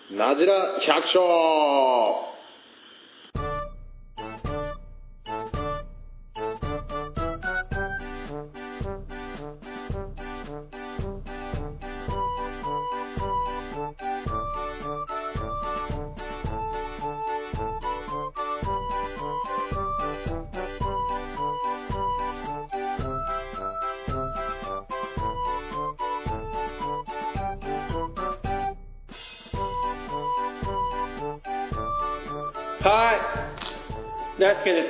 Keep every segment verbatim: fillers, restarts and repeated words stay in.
なじら百姓。 はい、大輔です。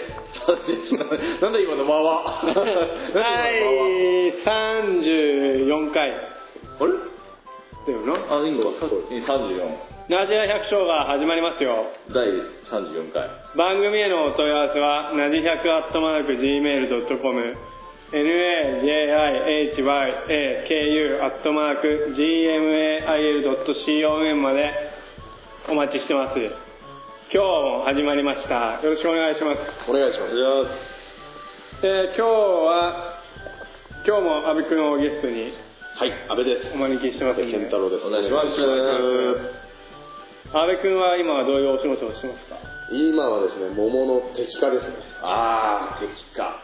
なんだ今の間は。 はい、さんじゅうよんかい。 あれだよな。 あ、いいんか。さんじゅうよん。 なじら百姓が始まりますよ。 だいさんじゅうよんかい。 番組へのお問い合わせは、なじひゃくアットマーク ジーメールドットコム、ナジャイアットマーク ジーエムエーアイエルドットコム までお待ちしてます。今日も始まりました。よろしくお願いします。 お願いします。 で、今日は今日も阿部君をゲストにはい阿部です。 お招きしてますんで、 健太郎です。お願いします。 阿部君は今はどういうお仕事をしてますか？ 今はですね、桃の摘果ですね。 ああ、摘果。 はい。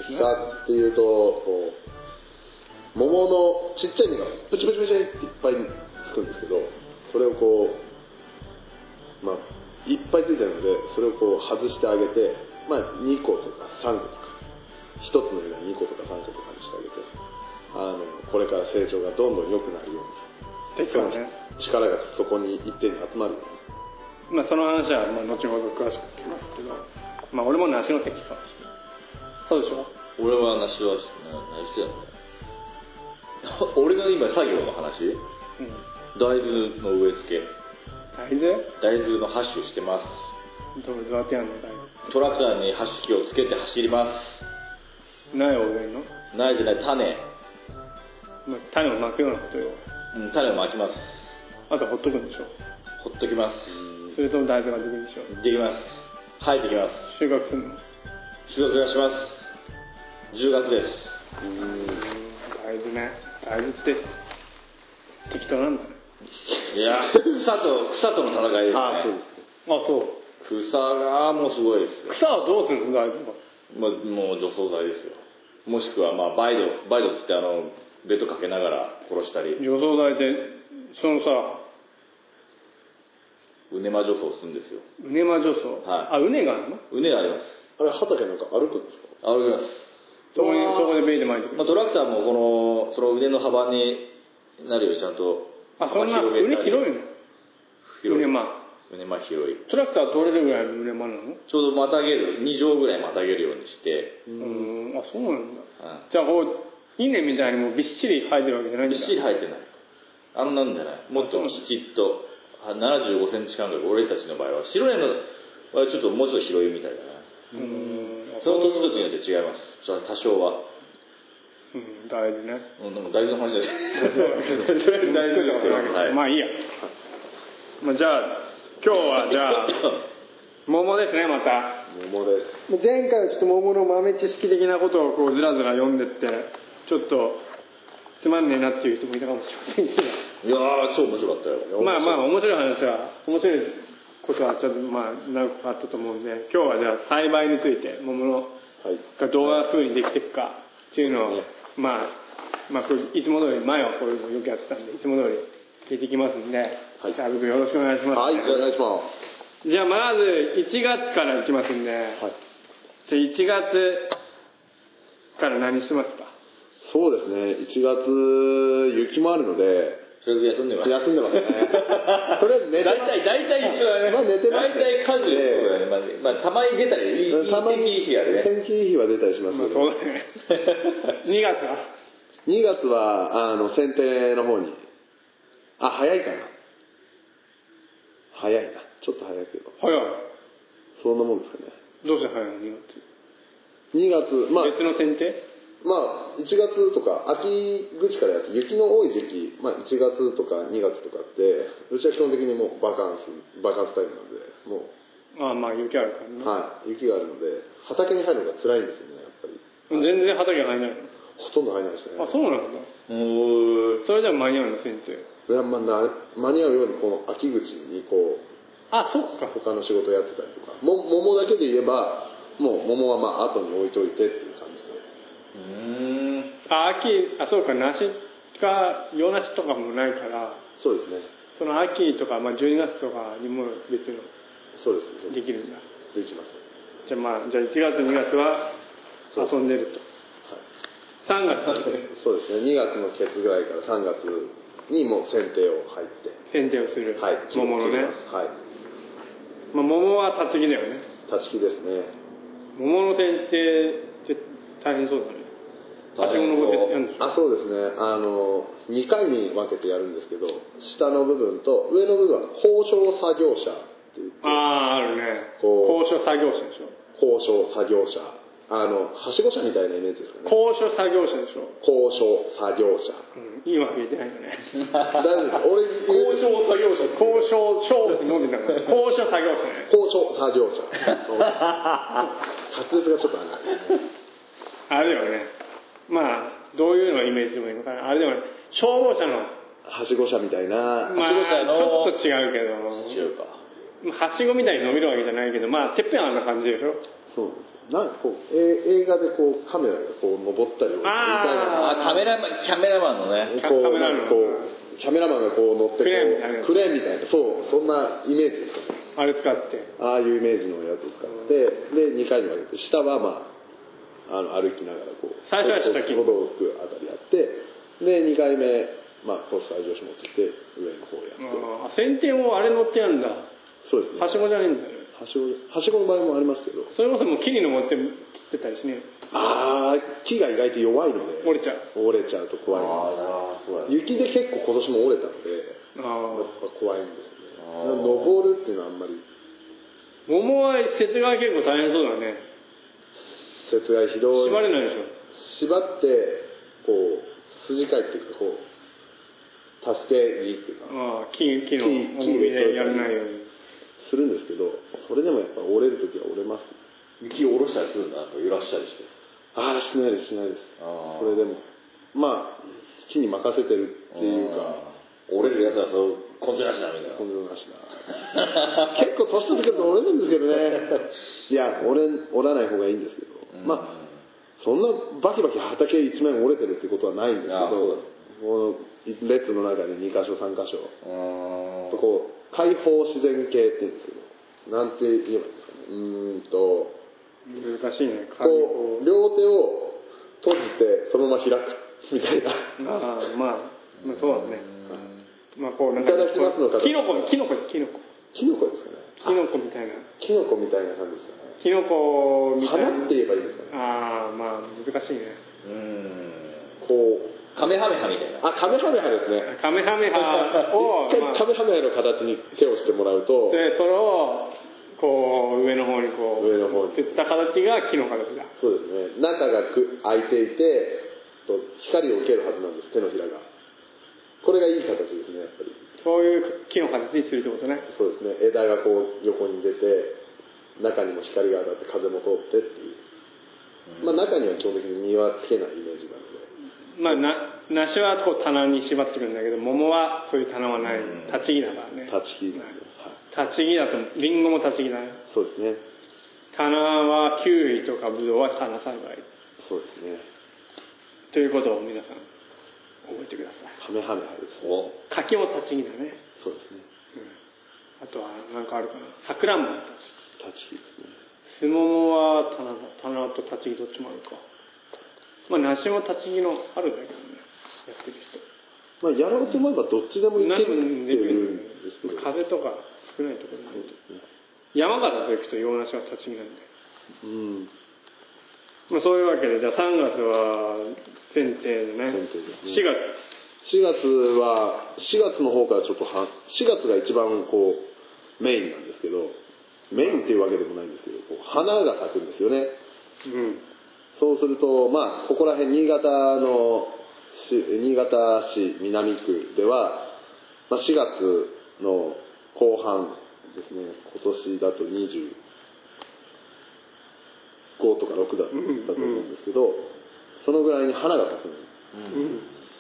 摘果っていうと、こう桃のちっちゃい実がプチプチプチっていっぱいつくんですけど、それをこうまあいっぱいついてるので、それをこう外してあげて、まあにことかさんことか、ひとつの実がにことかさんことかにしてあげて、あのこれから成長がどんどん良くなるように、 摘果ね。 力がそこに一定に集まるように。 まあその話はまあ後ほど詳しく聞きますけど、まあ俺も梨の摘果をしてる。そうでしょ？ 俺は梨は何してたの？俺の今作業の話？うん。大豆の植え付け。 大豆？ 大豆のハッシュしてます。 どうやってやるの大豆？ トラクターにハッシュ機をつけて走ります。 苗を植えるの？ 苗じゃない、種。 まあ、種をまくようなことよ。 うん、種をまきます。 あとほっとくんでしょ？ ほっときます。 それと大豆ができるでしょ？ できます。生えてきます。 収穫するの？ 収穫がします。じゅうがつです。 うーん、大豆ね。大豆って適当なんだね。 いや、草と草との戦いですね。 ああ、そうです。あ、そう。 草がもうすごいですよ。 草はどうするの大豆は？ まあ、もう除草剤ですよ。もしくはまあバイドバイドって言ってあのベッドかけながら殺したり。 除草剤ってそのさ、 ウネマ除草するんですよ。 ウネマ除草。はい。あ、ウネがあるの？ ウネがあります。 あれ畑なんか歩くんですか？ 歩きます。 そこにそこでベイで巻いてくる。 まあ、トラクターもこのそのウネの幅になるようにちゃんと。 あ、そんなウネ広いの？ 広い。 ウネマ。 ウネマ広い。 トラクター通れるぐらいのウネマなの？ ちょうどまたげるに畳ぐらいまたげるようにして。 うーん、あ、そうなんだ。うん、じゃあこう稲みたいにもうびっしり生えてるわけじゃないんだ。 びっしり生えてない。あんなんじゃない。もっときちっとななじゅうごセンチ間隔。俺たちの場合は白いのはちょっともうちょっと広いみたいだな。うん。その土地土地によって違います。多少は。 うん、大豆ね。 うん、でも大豆の話だよ。 それ大豆ですよ。はい。まあいいや。まあじゃあ今日はじゃあ桃ですね、また。 桃です。 前回はちょっと桃の豆知識的なことをこうずらずら読んでってちょっとつまんねえなっていう人もいたかもしれませんけど。 いやー超面白かったよ。 まあまあ面白い話は面白いことはちょっとまあ長くあったと思うんで、今日はじゃあ栽培について桃のがどういう風にできていくかっていうのを、まあまあこれいつも通り前はこういうのよくやってたんでいつも通り聞いていきますんで、はい、じゃあ僕よろしくお願いします。 はい、お願いします。 じゃあまずいちがつからいきますんで、はい、じゃあいちがつから何してますか？ そうですね、いちがつ雪もあるのでそれで休んでます。 休んでますね。それ寝てます。 大体大体一緒だね。まあ寝てます、ね。大体家事そうだね。まあ、まあ、たまに出たりいい天気いい日がね。 天気いい日は出たりしますけど。 まあ、そうだね。にがつは？ にがつはあの剪定の方に。あ、早いかな。早いな。ちょっと早いけど。 早い。 そんなもんですかね。 どうして早いのにがつ？ にがつ、まあ別の剪定？ まあいちがつとか秋口からやって雪の多い時期、まあいちがつとかにがつとかってうちは基本的にもうバカンスバカンスタイムなんでもうああまあ雪あるからね。 はい、雪があるので畑に入るのが辛いんですよねやっぱり。 全然畑が入らないの？ ほとんど入らないですね。 あ、そうなんだ。 おそれでも間に合うの剪定？ いや、まあ、な間に合うようにこの秋口にこうあ、そっか。 他の仕事やってたりとか、も桃だけで言えばもう桃はまあ後に置いといてっていう感じで。 うーん。 あ、秋、あ、そうか、梨か洋梨とかもないから、 そうですね。 その秋とか、まあ、じゅうにがつとかにも別のそうですね。 できるんだ。 できます。 じゃあまあ、じゃあいちがつにがつは遊んでると。さんがつそうですね。にがつのケツぐらいからさんがつにもう剪定を入って剪定をする、 はい、 桃のね。 はい。 まあ、桃は立ち木だよね。 立ち木ですね。 桃の剪定って大変そうだね。はしご登ってやるんでしょ。 あ、そうですね。あのにかいに分けてやるんですけど、下の部分と上の部分は高所作業車って言って、 ああ、あるね。 こう高所作業車でしょ。 高所作業車、あのはしご車みたいなイメージですかね。 高所作業車でしょ。 高所作業車。 うん、いいわけ言ってないよね。 だ俺高所作業車、高所勝負飲んでたから高所作業車ね。 高所作業車。滑舌がちょっとあれ。 あれだよね。まあどういうのをイメージでもいいのかな。あれでもね、消防車のはしご車みたいな。 まあ、 はしご車のちょっと違うけど。 違うか。 はしごみたいに伸びるわけじゃないけど、まあてっぺんあんな感じでしょ。 そうです。なんかこう、え映画でこうカメラがこう登ったりみたいな。 あ、カメラマン、キャメラマンのね。 こうカメラマンなんかこうキャメラマンがこう乗ってこうクレーンみたいなクレーンみたいな、そうそんなイメージですかね。 あれ使って。 ああいうイメージのやつを使って、でにかいに分けて、下はまああの歩きながらこう最初は下切る歩道くあたりやって、でにかいめまあコースター上司持ってきて上の方やって。 ああ、剪定もあれ乗ってやるんだ。 そうですね。 はしごじゃねえんだよ。 はしごはしごの場合もありますけど。 それこそもう木に登って切ってたりしね。 ああ、木が意外と弱いので折れちゃう。 折れちゃうと怖いので。 ああ、そうだね。 雪で結構今年も折れたので、 あやっぱ怖いんですよね。 あー登るっていうのはあんまり。 桃は雪害結構大変そうだね。 雪害ひどい。 縛れないでしょ。 縛ってこう筋交いっていうかこう助けにっていうかああ、木木の木重みでやらないように。 するんですけど、それでもやっぱ折れるときは折れます。 雪を下ろしたりするんだ。なんか揺らしたりして。 ああ、しないですしないです。 あーそれでもまあ木に任せてるっていうか、 折れるやつはそう根性なしだみたいな。 根性なしだ。結構年取ってくると折れるんですけどね。いや折れ折らない方がいいんですけど、 うん、 まあそんなバキバキ畑一面折れてるってことはないんですけど、この列の中でに箇所さん箇所、 うん、 こう開放自然系って言うんですけど、なんて言えばいいんですかね。うーんと難しいね。 こう両手を閉じてそのまま開くみたいな。 ああ、まあ、まあそうだね。まあこうなんかいただきますの形。 キノコキノコキノコキノコですかね。 キノコみたいな。 キノコみたいな感じですかね。 キノコみたいな。 花って言えばいいですかね。 ああ、まあ難しいね。 うん。 こう。 カメハメハみたいな。 あ、カメハメハですね。 カメハメハを、 まあ、カメハメハの形に手をしてもらうと、 でそれをこう上の方にこう上の方に振った形が木の形だ。 そうですね。中がく開いていてと光を受けるはずなんです、手のひらが。これがいい形ですね、やっぱり。 そういう木の形にするってことね。 そうですね。枝がこう横に出て中にも光が当たって風も通ってっていう、まあ中には基本的に実はつけないイメージなので、 まあ、な梨はこう棚に縛ってくるんだけど、桃はそういう棚はない。立ち木だからね。 立ち木ですね。 立ち木だと、リンゴも立ち木だね。 そうですね。 棚はキウイとかブドウは棚栽培。 そうですね。 ということを皆さん覚えてください。 カメハメハですね。 お柿も立ち木だね。 そうですね。 うん、あとは何かあるかな。桜も立ち木ですね。 スモモは棚だ。棚と立ち木どっちもあるか。まあ梨も立ち木のあるんだけどね。やってる人。 まあやろうと思えばどっちでもいけるってるんですけど。 風とか少ないところに。そうですね。山形と行くと洋梨は立ち木なんで。 うん。 まあそういうわけで、じゃあさんがつは剪定でね。 剪定ですね。 しがつ。 しがつは、しがつの方からちょっとは、しがつが一番こう、メインなんですけど、メインっていうわけでもないんですけど、こう花が咲くんですよね。 うん。 そうすると、まあ、ここら辺、新潟の、新潟市南区では、まあ、しがつの後半ですね、今年だとにじゅうごとかろくだったと思うんですけど、そのぐらいに花が咲くの。 うん。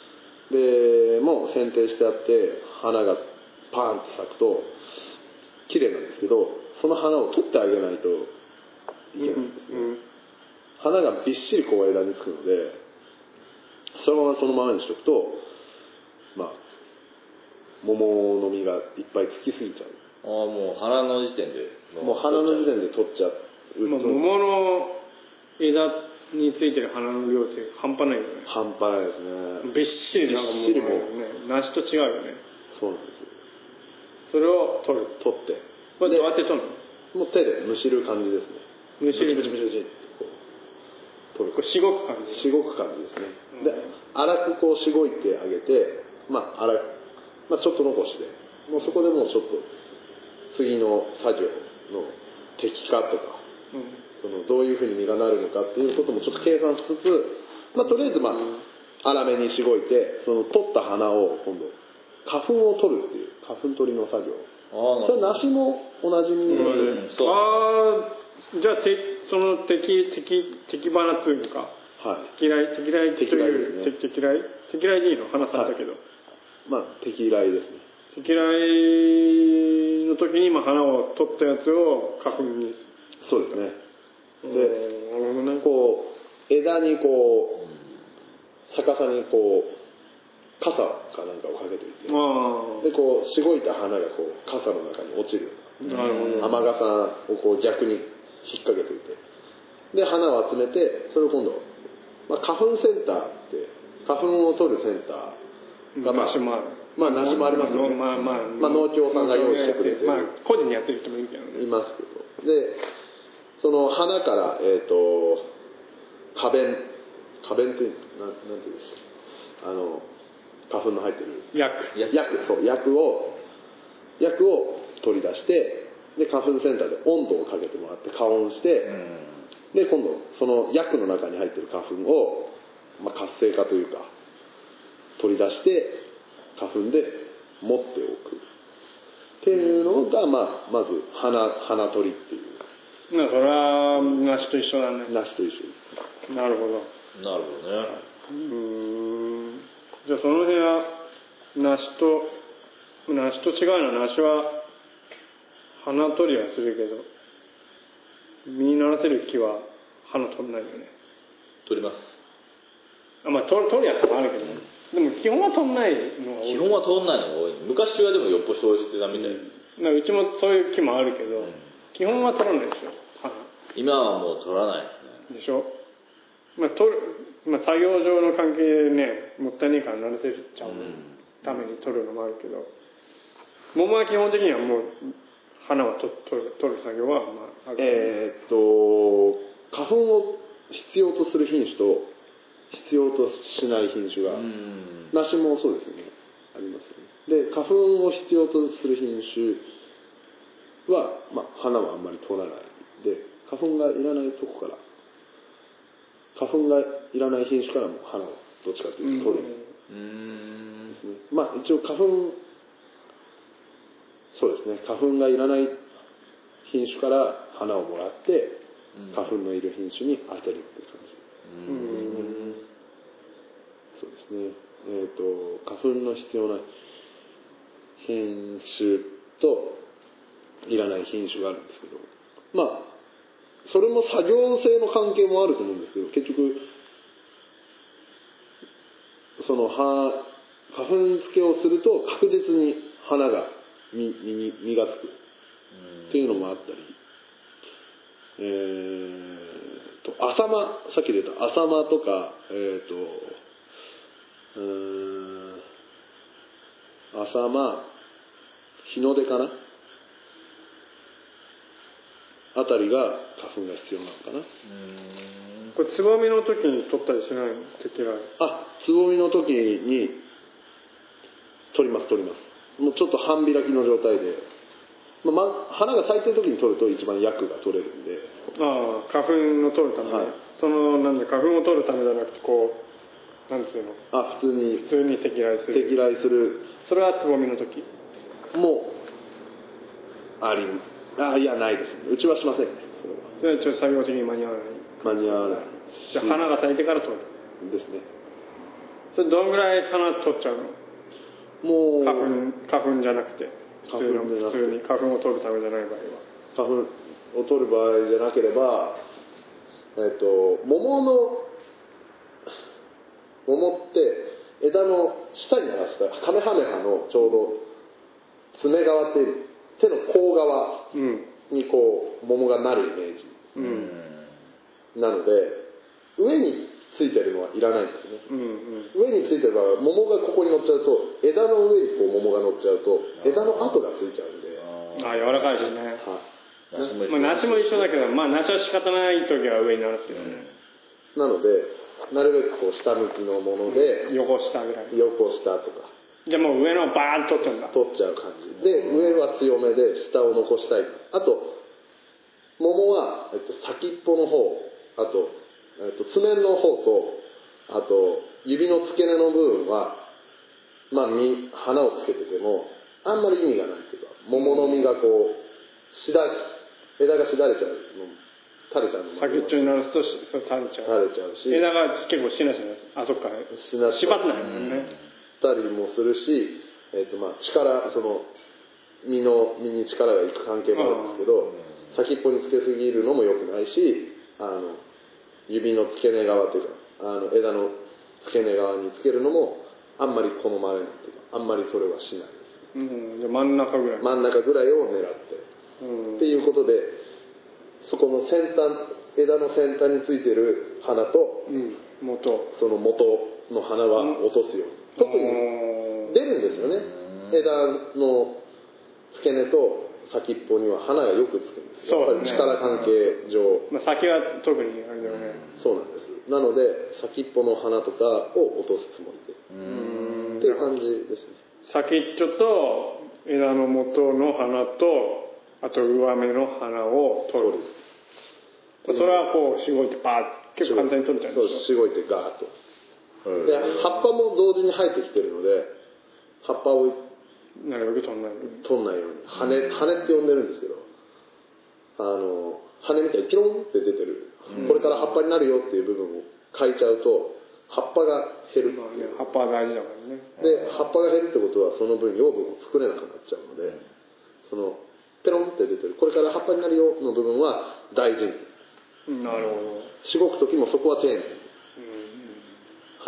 でもう剪定してあって花がパーンと咲くと綺麗なんですけど、その花を取ってあげないといけないんですね、うんうん、花がびっしりこう枝につくので、そのままそのままにしとくとまあ桃の実がいっぱいつきすぎちゃう。 ああ、もう花の時点でもう花の時点で取っちゃう。 もう桃の枝についてる花の量って半端ないよね。 半端ないですね。 びっしりなんかもう、ね、びっしりもう梨と違うよね。 そうなんですよ。 それを取る。 取って。 これどうやって取るの？ もう手でむしる感じですね。 むしる。 ブチブチブチブチ取る。 これしごく感じ。 しごく感じですね。うん、で、粗くこうしごいてあげて、まあ粗く、まあちょっと残して、もうそこでもうちょっと次の作業の適化とか、うん、そのどういうふうに実がなるのかっていうこともちょっと計算しつつ、まあとりあえずまあ粗めにしごいて、その取った花を今度花粉を取るっていう花粉取りの作業。あ、それは梨も同じに、うん、 そう。ああ、じゃあてその敵敵敵花というか、はい、敵来敵来という敵来敵来でいいの話されたけど、はい、 まあ敵来ですね。 敵来の時にまあ花を取ったやつを花粉に。 そうですね。で、ね、こう枝にこう逆さにこう傘かなんかをかけていて、でこうしごいた花がこう傘の中に落ちる、なるほど、雨傘をこう逆に引っ掛けていて、で花を集めて、それを今度、まあ、花粉センターって花粉を取るセンターが、まあ、梨もある、まあ梨もありますよね。まあまあ、まあ、農協さんが用意してくれてる、まあ、 個人にやってる人もいるけどね、 いますけど、でその花から、えー、と花弁花弁っていうんですか、ななんていうんですか、あの花粉の入ってる薬薬そう薬を薬を取り出して、で花粉センターで温度をかけてもらって加温して、うん、で今度その薬の中に入ってる花粉を、まあ、活性化というか取り出して花粉で持っておくっていうのが、まあ、まず花花取りっていう。 まあそれは梨と一緒だね。 梨と一緒。 なるほど。 なるほどね。 うーん。じゃあその辺は梨と梨と違うのは、梨は花取りはするけど実にならせる木は花取んないよね。 取ります。 あ、まあ取るやつもあるけど、ね、でも基本は取んないのが多い。 基本は取んないのが多い。昔はでもよっぽどそうしてたみたい、 うん、うちもそういう木もあるけど、うん、基本は取らないでしょ、花。 今はもう取らないですね。 でしょ。まあ、取る、まあ、作業上の関係でね、もったいないから慣れてちゃうために取るのもあるけど、桃は基本的にはもう花は取る、取る作業はまあある。 えー、っと花粉を必要とする品種と必要としない品種が、梨もそうですよね、ありますよね。で花粉を必要とする品種は、まあ、花はあんまり取らないで、花粉がいらないとこから花粉がいらない品種からも花をどっちかというと取るですね。まあ一応花粉そうですね、花粉がいらない品種から花をもらって花粉のいる品種に当てるっていう感じですね。そうですね。えっと花粉の必要な品種といらない品種があるんですけど、まあそれも作業性の関係もあると思うんですけど、結局その花粉付けをすると確実に花が実に実がつくっていうのもあったり、えー、と浅間、さっき出た浅間とか、えー、とうーん浅間日の出かなあたりが花粉が必要なのかな。うーん、これつぼみの時に取ったりしないの？敵来。 あ、つぼみの時に取ります取ります。もうちょっと半開きの状態で、まあま、花が咲いてる時に取ると一番薬が取れるんで。 ああ、花粉を取るために、はい、そのなんで花粉を取るためじゃなくてこうなんていうの？ あ、普通に普通に敵来する。 敵来する。 それはつぼみの時。 もうあり。あ、いやないですね。うちはしませんね。それは。 それはちょっと作業的に間に合わない。 間に合わない。 じゃあ花が咲いてから取る。 ですね。 それどのぐらい花取っちゃうの？ もう花粉花粉じゃなくて普通の花粉じゃなくて普通に花粉を取るためじゃない場合は花粉を取る場合じゃなければ、えっと桃の桃って枝の下にならすかカメハメハのちょうど爪側っていう手の甲側にこう桃がなるイメージ、うん、なので上についてるのはいらないんですね、うんうん、上についてる場合は桃がここに乗っちゃうと枝の上にこう桃が乗っちゃうと枝の跡がついちゃうんでああ柔らかいですね、はい、まあ、梨も一緒だけど、まあ、梨は仕方ない時は上になるんですけどね、 うん、なのでなるべくこう下向きのもので、 うん、横下ぐらい横下とかじゃあもう上のバーンと取っちゃうんだ取っちゃう感じで上は強めで下を残したいあと桃は、えっと、先っぽの方あと、えっと、爪の方とあと指の付け根の部分はまあ実花をつけててもあんまり意味がないというか桃の実がこうしだ枝がしだれちゃうの垂れちゃうのも先っちょになるとそれ垂れちゃう垂れちゃうし枝が結構しなしなあそっかしな縛ってないもんねたりもするし、えーとまあ、力その実の実に力がいく関係もあるんですけど先っぽにつけすぎるのも良くないしあの指の付け根側というかあの枝の付け根側につけるのもあんまり好まれないというかあんまりそれはしないですね、 うん、じゃあ真ん中ぐらい真ん中ぐらいを狙って、うん、っていうことでそこの先端枝の先端についてる花と、 うん、元その元の花は落とすように、特に出るんですよね枝の付け根と先っぽには花がよくつくんですよ、やっぱり力関係上、 まあ、先は特にあれだよねそうなんですなので先っぽの花とかを落とすつもりでっていう感じですね先っちょと枝の元の花とあと上目の花を取るそれはこうしごいてパーッ結構簡単に取れちゃうんですよしごいてガーッとで葉っぱも同時に生えてきてるので葉っぱをなるべく取んない取んないように羽羽って呼んでるんですけどあの羽みたいにピロンって出てる、うん、これから葉っぱになるよっていう部分を変えちゃうと葉っぱが減るっていう、 まあね、葉っぱは大事だからねで葉っぱが減るってことはその分養分を作れなくなっちゃうのでそのペロンって出てるこれから葉っぱになるよの部分は大事になるほどしごく時もそこは丁寧に、うん、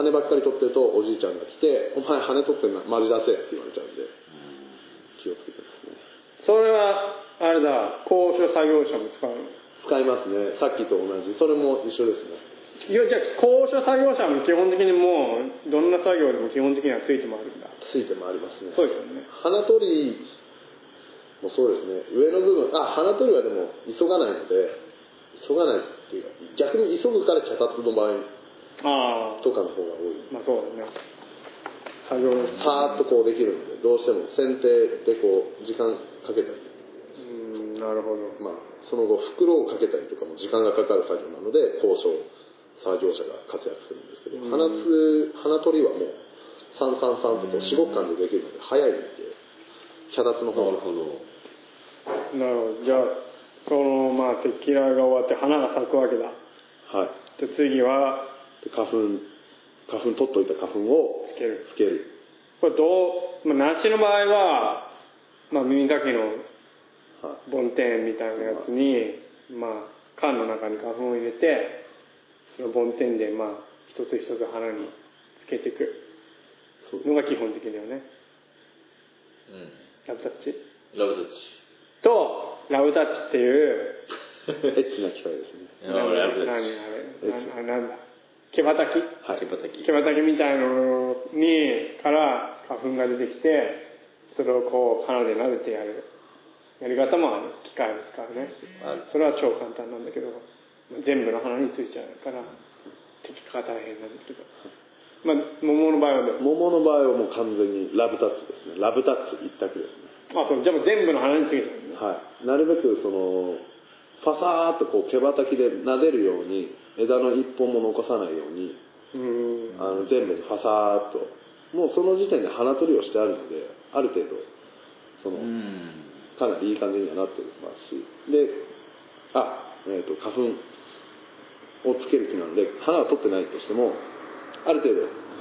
羽ばっかり取ってるとおじいちゃんが来てお前羽取ってんなマジ出せって言われちゃうんで気をつけてますねそれはあれだ高所作業車も使うの使いますねさっきと同じそれも一緒ですねいやじゃあ高所作業車も基本的にもうどんな作業でも基本的にはついて回るんだついて回りますねそうですよね花取りもそうですね上の部分あ花取りはでも急がないので急がないっていうか逆に急ぐから脚立の場合とかの方が多いまあそうだね作業さーっとこうできるのでどうしても剪定でこう時間かけたりうんなるほどまあその後袋をかけたりとかも時間がかかる作業なので高所作業者が活躍するんですけど花つ花取りはもうさんさんさんとこう至極間でできるので早いんで脚立の方がなるほどなるほどじゃあそのまあテキラが終わって花が咲くわけだはいじゃあ次は花粉花粉取っといた花粉をつけるつけるこれどう、まあ、梨の場合は、まあ、耳かきの梵天みたいなやつに、まあ、缶の中に花粉を入れてその梵天でまあ一つ一つ花につけていくのが基本的だよね、うん、ラブタッチラブタッチとラブタッチっていうエッチな機械ですね何あれ何なんだ毛羽たき、 はい、 毛羽たき毛羽たきみたいのにから花粉が出てきてそれをこう鼻で撫でてやるやり方もある機械を使うねそれは超簡単なんだけど全部の花についちゃうから適化が大変なんだけどまあ桃の場合はね桃の場合はもう完全にラブタッチですねラブタッチ一択ですねあそうじゃあもう全部の花についちゃうねはいなるべくそのファサーっとこう毛羽たきで撫でるように枝の一本も残さないようにうんあの全部にファサーっともうその時点で花取りをしてあるのである程度そのかなりいい感じにはなってますしであ、えー、と花粉をつける気なので花は取ってないとしてもある程度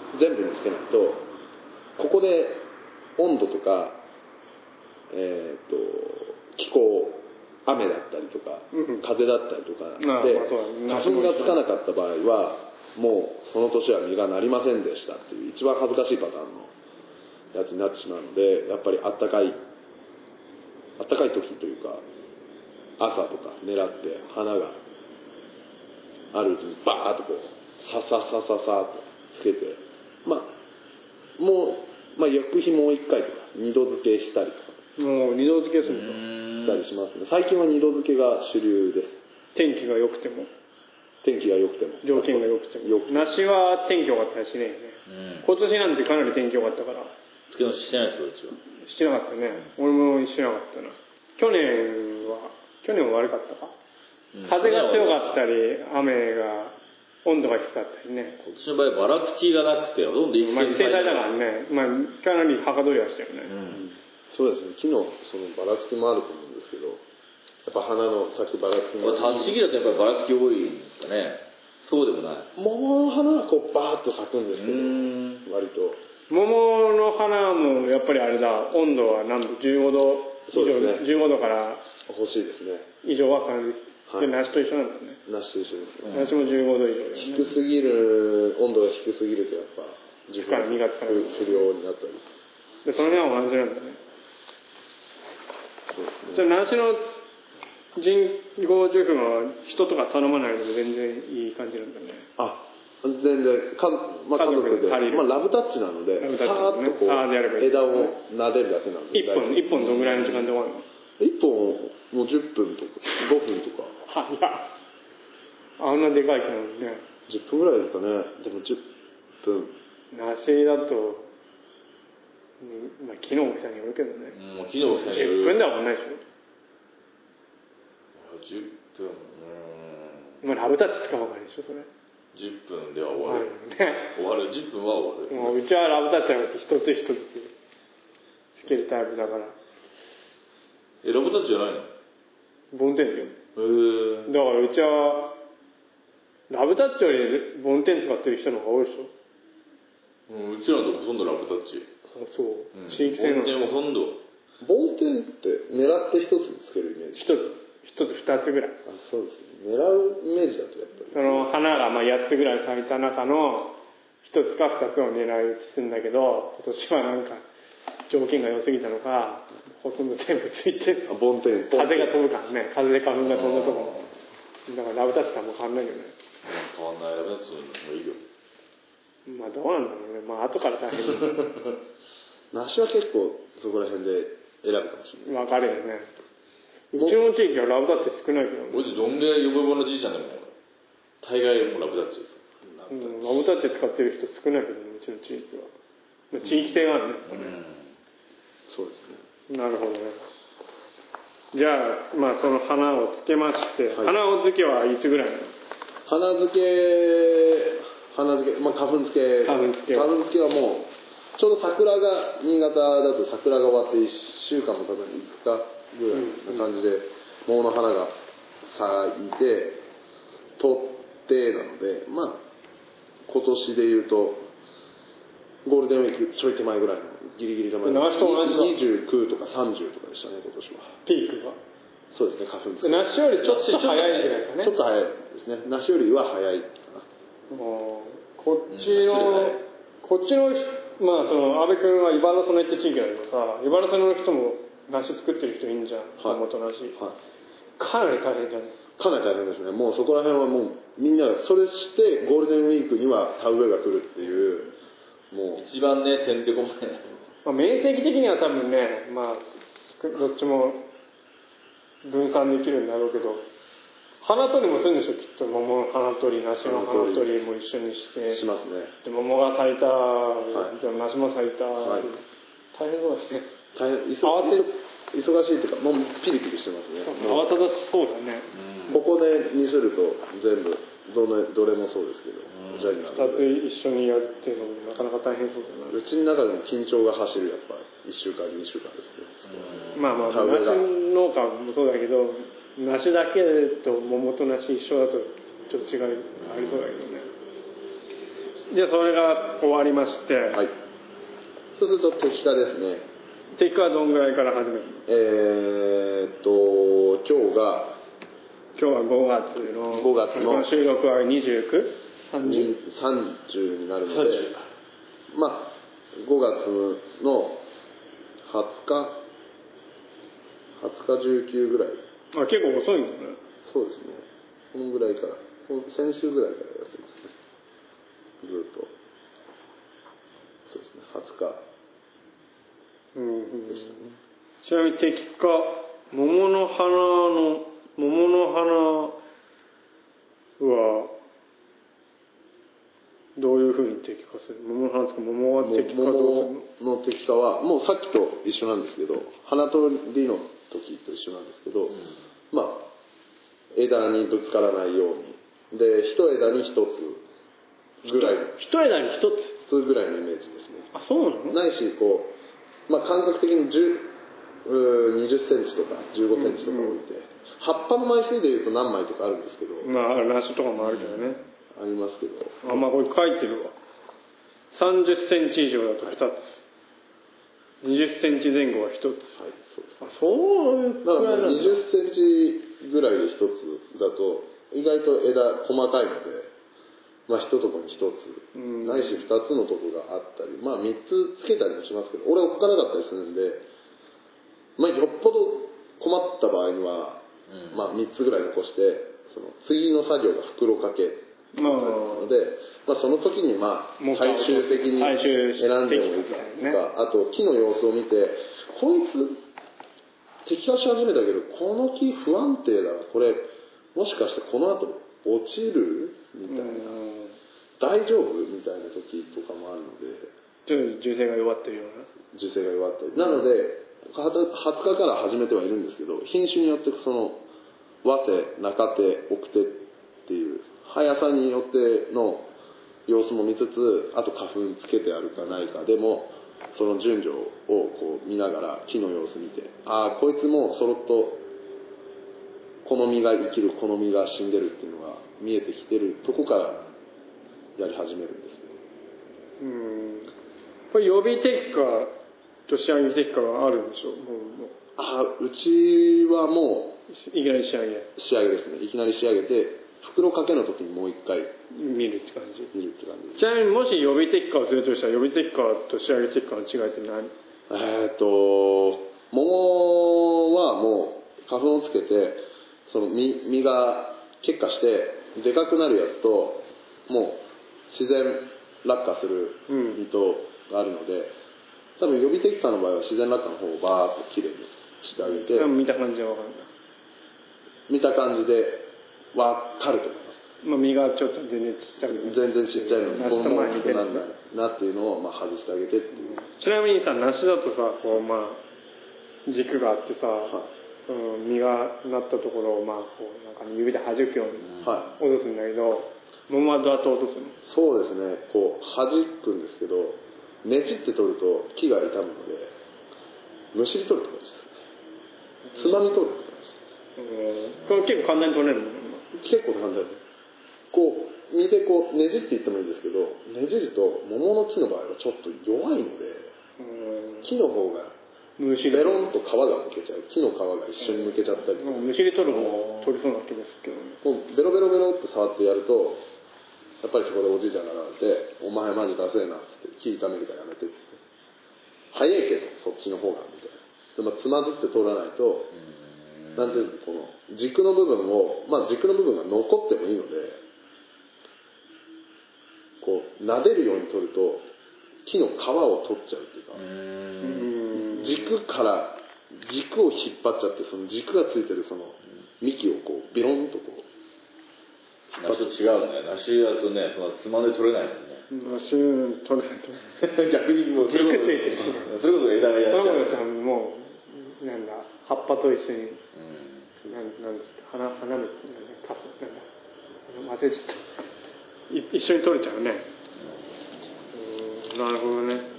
全部につけないとここで温度とか、えー、と気候雨だったりとか、うん、風だったりとかで、まあまあ、花粉がつかなかった場合はもうその年は実がなりませんでしたっていう一番恥ずかしいパターンのやつになってしまうので、やっぱりあったかいあったかい時というか朝とか狙って花があるうちにバーッとこうさささささっとつけて、まあもう、まあ、薬品もう一回とか二度漬けしたりとかもう二度漬けするとしたりしますね。最近は二度漬けが主流です。 天気が良くても天気が良くても条件が良くても梨は天気良かったりしねえよね、うん、今年なんてかなり天気良かったから漬けのしてないですようちは。 してなかったね、うん、俺もしてなかったな。去年は去年は悪かったか、うん、風が強かったり雨が温度が低かったりね。 今年の場合ばらつきがなくてほとんど一斉に咲いた、まあ、だからね、まあ、かなりはかどりはしたよね、 うん、そうですね。木のそのばらつきもあると思うんですけど、やっぱ花の咲くばらつきもある。立ち木だとやっぱりばらつき多いんですかね。そうでもない。 桃の花はこうバーッと咲くんですけど、割と桃の花もやっぱりあれだ、温度は何度じゅうごど以上、ね、じゅうごどから欲しいですね。 以上は感じ、はい、梨と一緒なんですね。 梨と一緒です、 ね、梨もじゅうごど以上だよね。 低すぎる温度が低すぎるとやっぱ樹皮実がつかない不良になったりで、その辺は同じなんだね。じゃあ梨の人工授粉は人とか頼まないので全然いい感じなんだね。 あ、全然か、まあ、家族で、まあ、ラブタッチなのでさーっとこう枝を撫でるだけなのでいっぽんいっぽんどのぐらいの時間で終わるの？ いっぽんもうじゅっぷんとかごふんとかはいやあんなでかい木なのにね。 じゅっぷんぐらいですかね。でもじゅっぷん梨だと、まあ、木の大きさによるけどね、 うん、木の大きさによる。 じゅっぷんでは終わんないでしょ。 じゅっぷん、 うん、まあラブタッチ使う方がいいでしょそれ。 じゅっぷんでは終わる、 ね、 終わるじゅっぷんは終わる。 もううちはラブタッチは一つ一つつけるタイプだから。 え、ラブタッチじゃないの？ ボンテンだよ。 へえ。 だからうちはラブタッチよりボンテン使ってる人の方が多いでしょ。 うん、うちらのとこほとんどラブタッチ。 あ、そう。 うん、 地域性の。 ボンテンほとんど。 ボンテンって狙って一つつけるイメージ。 一つ、一つ二つぐらい。 あ、そうですね。狙うイメージだとやっぱり。 その花がまあやっつぐらい咲いた中の一つか二つを狙い撃ちするんだけど、今年はなんか条件が良すぎたのか、ほとんど全部ついて、 あ、ボンテン。 風が飛ぶからね、風で花粉が飛んだとこも。だからラブタッチさんも変わんないよね。 変わんない。ラブタッチもいいよ。 まあどうなんだろうね。まあ後から大変だ。 梨は結構そこら辺で選ぶかもしれない。 分かるよね。うちの地域はラブタッチ少ないけどね。 俺どんぐらいヨボヨボのじいちゃんでも大概もうラブタッチです。 うん、ラブタッチ使ってる人少ないけどね、うちの地域は。まあ、地域性があるね。 うん、そうですね。 なるほどね。じゃあ、まあその花をつけまして、はい、花を漬けはいつぐらいなの？ 花漬け、花漬け、まあ花粉漬け。 花粉漬け。 花粉漬けはもう、ちょうど桜が、新潟だと桜が終わっていっしゅうかんも経たないいつかぐらいな感じで、桃の花が咲いて、取ってなので、まあ、今年で言うと、ゴールデンウィークちょい手前ぐらいの、ギリギリの前の。にじゅうきゅうとかさんじゅうとかでしたね、今年は。 ピークが。 そうですね、花粉漬け。 梨よりちょっと早いぐらいかね。 ちょっと早いですね。梨よりは早いかな。 もうこっちの、こっちの、まあその、安倍君は茨城のって地域だけどさ、茨城の人も梨作ってる人いるんじゃん。はい。元梨。はい。かなり大変じゃん。 かなり大変ですね。もうそこら辺はもう、みんなが、それしてゴールデンウィークには田植えが来るっていう、もう。 一番ね、てんてこまいな。 まあ面積的には多分ね、まあ、どっちも分散できるんだろうけど、花取りもするんでしょ、きっと。桃の花取り、梨の花取りも一緒にして。 しますね。 で、桃が咲いた、はい、で梨も咲いた、はい、大変そうですね。 大変、慌て、忙しいというか、もうピリピリしてますね。 慌ただしそうだね。 ここでにすると全部、どれどれもそうですけど、 じゃあふたつ一緒にやるっていうのもなかなか大変そうだな。 うちの中でも緊張が走る、やっぱいっしゅうかん、にしゅうかんですね。 まあまあ、梨農家もそうだけど、梨だけと桃と梨一緒だとちょっと違いありそうだけどね。 じゃあそれが終わりまして、 はい、そうすると摘果ですね。 摘果はどんぐらいから始めるの？ えーっと今日が今日はごがつのごがつの収録はにじゅうきゅう、さんじゅうさんじゅうになるので、まあごがつのはつかはつかじゅうくぐらい。 あ、結構遅いんだね。 そうですね。このぐらいから先週ぐらいからやってますね。ずっとそうですねはつかでしたね。 ちなみに摘果、桃の花の桃の花はどういうふうに摘果する？桃の花ですか？桃は摘果どうするの？ 桃の摘果はもうさっきと一緒なんですけど、花取りの時と一緒なんですけど、うん、まあ枝にぶつからないようにで一枝に一つぐらいの一枝に一つぐらいのイメージですね。 あ、そうなの？ ないしこう、まあ、感覚的にじゅう、にじゅっセンチとかじゅうごセンチとか置いて、うんうん、葉っぱの枚数でいうと何枚とかあるんですけど、 まあ梨とかもあるけどね、 ありますけど、 あ、まあこれ書いてるわ。さんじゅっセンチ以上だとふたつ、はい、にじゅっセンチ前後はひとつ。 はい、そうです。 あ、そういうくらいなんだ。 だからにじゅっセンチぐらいでひとつだと意外と枝細かいので、まあ一とこにひとつ、うん、ないしふたつのとこがあったり、まあみっつつけたりもしますけど、俺置かなかったりするんで、まあよっぽど困った場合には、うん、まあみっつぐらい残して、その次の作業が袋掛けなので、まあ、その時にまあ最終的に選んでもいいかとか、あと木の様子を見て、こいつ摘果し始めたけどこの木不安定だな、これもしかしてこの後落ちるみたいな、大丈夫みたいな時とかもあるので、 ちょっと樹勢が弱ってるような樹勢が弱ってる、なのではつかから始めてはいるんですけど、品種によってその和手、中手、奥手っていう速さによっての様子も見つつ、あと花粉つけてあるかないかでもその順序をこう見ながら木の様子見て、ああこいつもそろっとこの実が生きる、この実が死んでるっていうのが見えてきてるとこからやり始めるんですね。 うん、これ予備摘果と仕上げ摘果があるんでしょう？もうああ、うちはもういきなり仕上げ仕上げですね。いきなり仕上げて袋掛けの時にもう一回見るって感じ見るって感じ。 ちなみにもし予備摘果をするとしたら、予備摘果と仕上げ摘果の違いって何？ えーっと桃はもう花粉をつけてその 実, 実が結果してでかくなるやつと、もう自然落下する実とがあるので、うん、多分予備摘果の場合は自然落下の方をバーッときれいにしてあげて、 見た感じは分かるんだ。 見た感じで分かると思います。 まあ、実がちょっと全然ちっちゃい全然ちっちゃいのにこのまま大きくなんだなっていうのをまあ外してあげてっていう、うん、 ちなみにさ、梨だとさ、こうまあ軸があってさ、はい、その実がなったところをまあこうなんか指で弾くように落とすんだけど、桃はどうやって落とすの？ そうですね、こう弾くんですけど、ねじって取ると木が傷むので、むしり取るってことです。つまみ取るってことです。 これ結構簡単に取れるの？ 結構簡単に。こう実でこうねじっていってもいいんですけど、ねじると桃の木の場合はちょっと弱いので、木の方がベロンと皮がむけちゃう、木の皮が一緒にむけちゃったりとか、 むしり取る方も取りそうな気ですけど、ね、 こうベロベロベロって触ってやると、やっぱりそこでおじいちゃんが現れて、お前マジダセえなって言って、木痛めるからやめてって、早いけどそっちの方がみたいな。でもつまずって取らないと、なんていうんですか、この軸の部分を、まあ軸の部分が残ってもいいので、こう撫でるように取ると木の皮を取っちゃうっていうか、うーん、軸から軸を引っ張っちゃって、その軸がついてるその幹をこうビロンとこう。 梨と違うね。梨だとね、そのつまんで取れないもんね。 梨取れないと逆にもうそれこそ、それこそ枝がやっちゃう。 それこそもうなんだ、葉っぱと一緒に、うん、なんなんですか、花花芽ってなんだ、かすなんだ、混ぜちゃった。一緒に取れちゃうね。うん、なるほどね。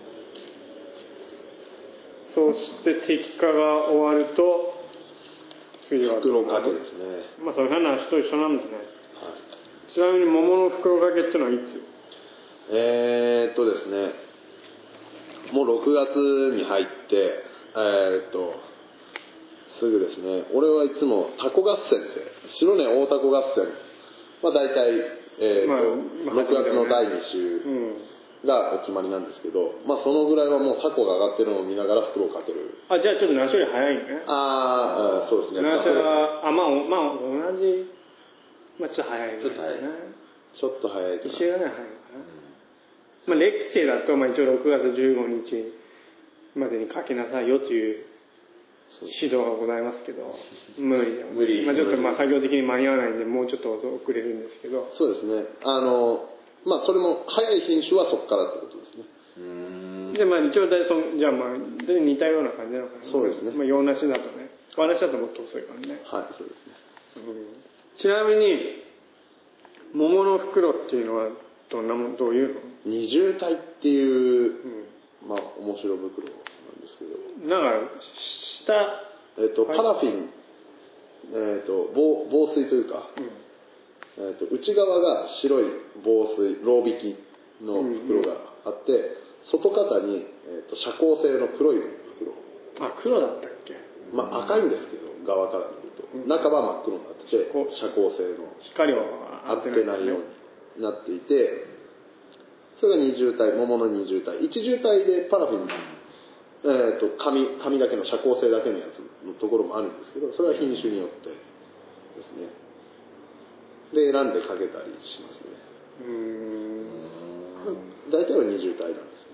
そして摘果が終わると次は袋掛けですね。 まあそれが梨と一緒なんだね。はい、ちなみに桃の袋掛けってのはいつ？ えーっとですねもうろくがつに入ってえーっとすぐですね俺はいつもタコ合戦って白根大タコ合戦は大体、えーっとまあろくがつのだいに週がお決まりなんですけど、まあそのぐらいはもうタコが上がってるのを見ながら袋をかける。 あ、じゃあちょっとナシより早いね。 ああ、そうですね。 ナシは、あ、まあ、まあ、同じ、まあちょっと早いね。 ちょっと早い。 ちょっと早いかな。 一週ぐらい早いかな。まあレクチェだと、まあ一応ろくがつじゅうごにちまでにかけなさいよという指導がございますけど、無理だよね。 無理。 まあちょっとまあ作業的に間に合わないんで、もうちょっと遅れるんですけど。 そうですね。あの、まあそれも早い品種はそこからってことですね。 うーんでまあ一応大体そじゃあまあで似たような感じなのかな。 そうですね。 まあ洋梨だとね、和梨だともっと遅いからね。 はい、そうですね。 うん、ちなみに桃の袋っていうのはどんなもんどういうの？ 二重体っていう、うん、まあ面白袋なんですけど。 なんか下えっ、と、はい、パラフィン、えっ、と防防水というか。うんえー、と内側が白い防水ロー引きの袋があって、うんうん、外肩に、えー、と遮光性の黒い袋。 あ、黒だったっけ？ まあ赤いんですけど側から見ると、うん、中は真っ黒になってて遮光性の光は当てないようになっていて、それが二重体桃の二重体一重体でパラフィン、えー、と紙紙だけの遮光性だけのやつのところもあるんですけど、それは品種によってですねで選んでかけたりしますね。うーん大体は二重体なんです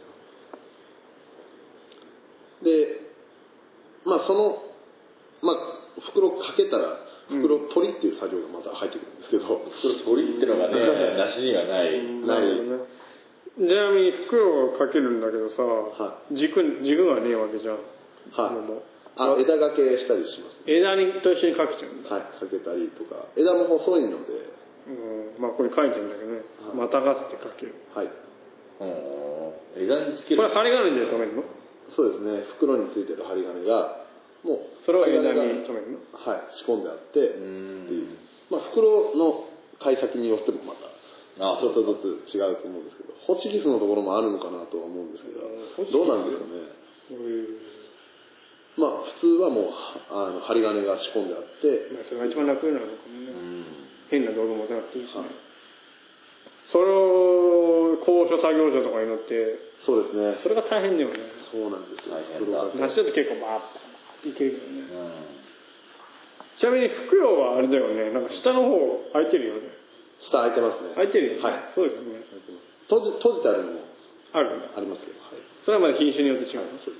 よ。でまあそのまあ袋かけたら袋取りっていう作業がまた入ってくるんですけど、 袋取りっていうのがね梨にはないない、 ね、ちなみに袋をかけるんだけどさ、はい、軸軸がねえわけじゃん。 はい。あ、枝掛けしたりします、 ね、枝にと一緒にかけちゃうんだ。 はい、かけたりとか枝も細いので。 うん、まあこれ書いてるんだけどね、はい、またがってかける。 はい。 枝につける。 これ針金で留めるの？ そうですね。袋についてる針金がもうそれは枝に留めるの？ はい。仕込んであってっていう。まあ袋の買い先によってもまたちょっとずつ違うと思うんですけど、ホチキスのところもあるのかなとは思うんですけど、どうなんですかね。まあ普通はもうあの針金が仕込んであって、 まあそれが一番楽なのかもね。変な道具持たなくていいしね、はい、それを高所作業所とかに乗ってそうですね、 それが大変だよね。 そうなんですよ。 梨だと結構バーッといけるけどね、うん、ちなみに袋はあれだよね、なんか下の方開いてるよね。 下開いてますね。 開いてるよね、はい、そうですよね。 閉じ、閉じてあるのもあるんだ。 ありますけど、はい、 それはまだ品種によって違うの。そうです。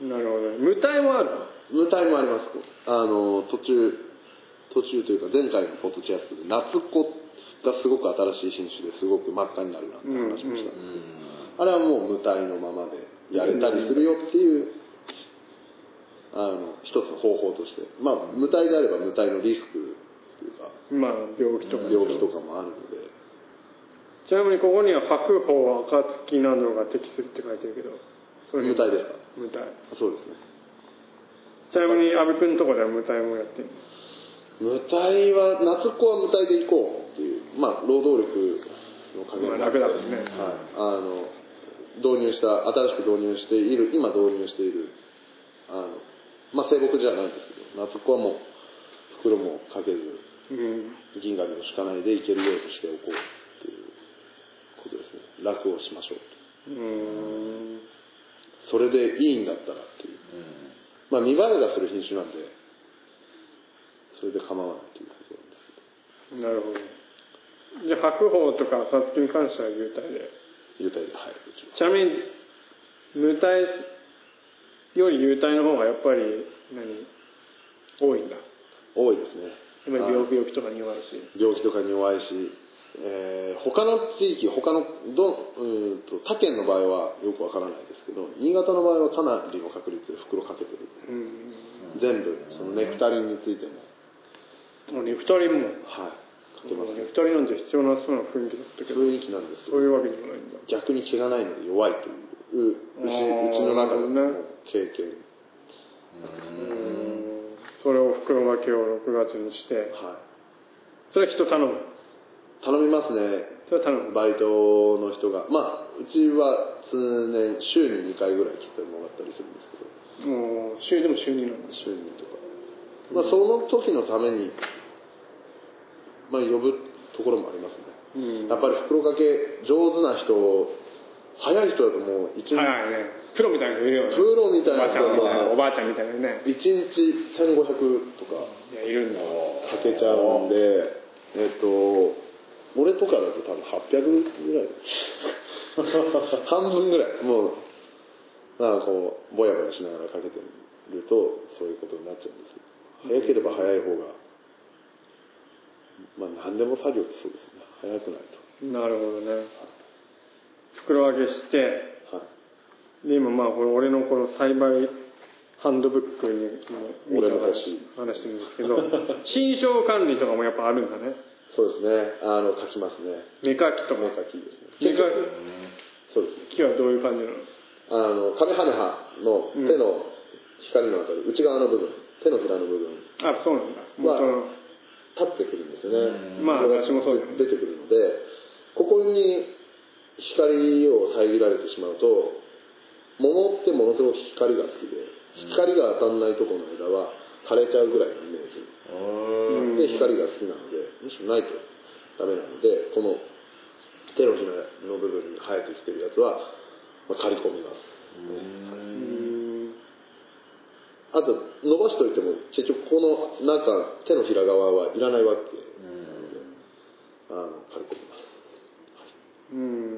なるほど。無体もある。 無体もあります。あの途中途中というか前回のポッドキャストで夏子がすごく新しい品種ですごく真っ赤になるなって話もしたんですけど、うんうん、あれはもう無体のままでやれたりするよっていう、あの一つの方法として、まあ無体であれば無体のリスクというか、 まあ病気とか病気とかもあるので。 ちなみにここには白鳳暁などが適するって書いてるけど、 それ無体ですか？ 無体。 そうですね。 ちなみに阿部君のところでは無体もやってるの？ 無体は夏子は無体で行こうっていう、まあ労働力の加減が、 まあ、楽だもんね、 はい、あの導入した新しく導入している今導入しているあのまあ生木じゃないんですけど、夏子はもう袋もかけず、うん、銀紙も敷かないでいけるようにしておこうっていうことですね。楽をしましょうと。うーん、それでいいんだったらっていう、うん、まあ見栄えがする品種なんでそれで構わないということなんですけど。 なるほど。じゃあ白鳳とか暁に関しては有体で。 有体で、はい。 ちなみに無体より有体の方がやっぱり何多いんだ。 多いですね。 今病病気とかに弱いし。 病気とかに弱いし、えー、他の地域他のどうんと他県の場合はよくわからないですけど、新潟の場合はかなりの確率で袋かけてる。うん、全部そのネクタリンについても。 ネクタリンも、 はい、かけます、ね、 ネクタリンなんて必要なそうな雰囲気だったけど、 雰囲気なんですそういうわけでもないんだ。 逆に毛がないので弱いといううちの中での経験。 うん、それを袋掛けをろくがつにして、はい、それは人頼む頼みますね。 それは頼む。 バイトの人が。まあ、うちは通年、週ににかいぐらい来てもらったりするんですけど。 もう、週でも週になの週にとか。まあ、その時のために、まあ、呼ぶところもありますね。うん、やっぱり袋掛け上手な人、早い人だともう一日、 早いね。プロみたいな人いるよね。 プロみたいな人はおばあちゃんみたいなね。 いちにちせんごひゃくとかいやいるんだかけちゃうんで、えっと俺とかだと多分はっぴゃくぐらい半分ぐらいもうなんかこうぼやぼやしながらかけてるとそういうことになっちゃうんですよ。早ければ早い方がまあ何でも作業ってそうですよね。早くないと。 なるほどね。袋揚げして、はい、で今まあこれ俺のこの栽培ハンドブックにも俺の話してるんですけど新梢管理とかもやっぱあるんだね。 そうですね。あの書きますね。 芽かきとか。 芽かきですね。 芽かき。 そうですね。 木はどういう感じなの？ あのカメハメハの手の光のあたり、うん、内側の部分、手のひらの部分。 あ、そうなんだ。 は立ってくるんですよね。 まあ私もそうですね。 出てくるので、ここに光を遮られてしまうと、桃ってものすごく光が好きで、光が当たんないところの枝は枯れちゃうぐらいのイメージ。で光が好きなので、むしろないとダメなので、この手のひらの部分に生えてきてるやつは、まあ、刈り込みます。あと伸ばしておいても結局この中手のひら側はいらないわけなので、あの刈り込みます。 うん、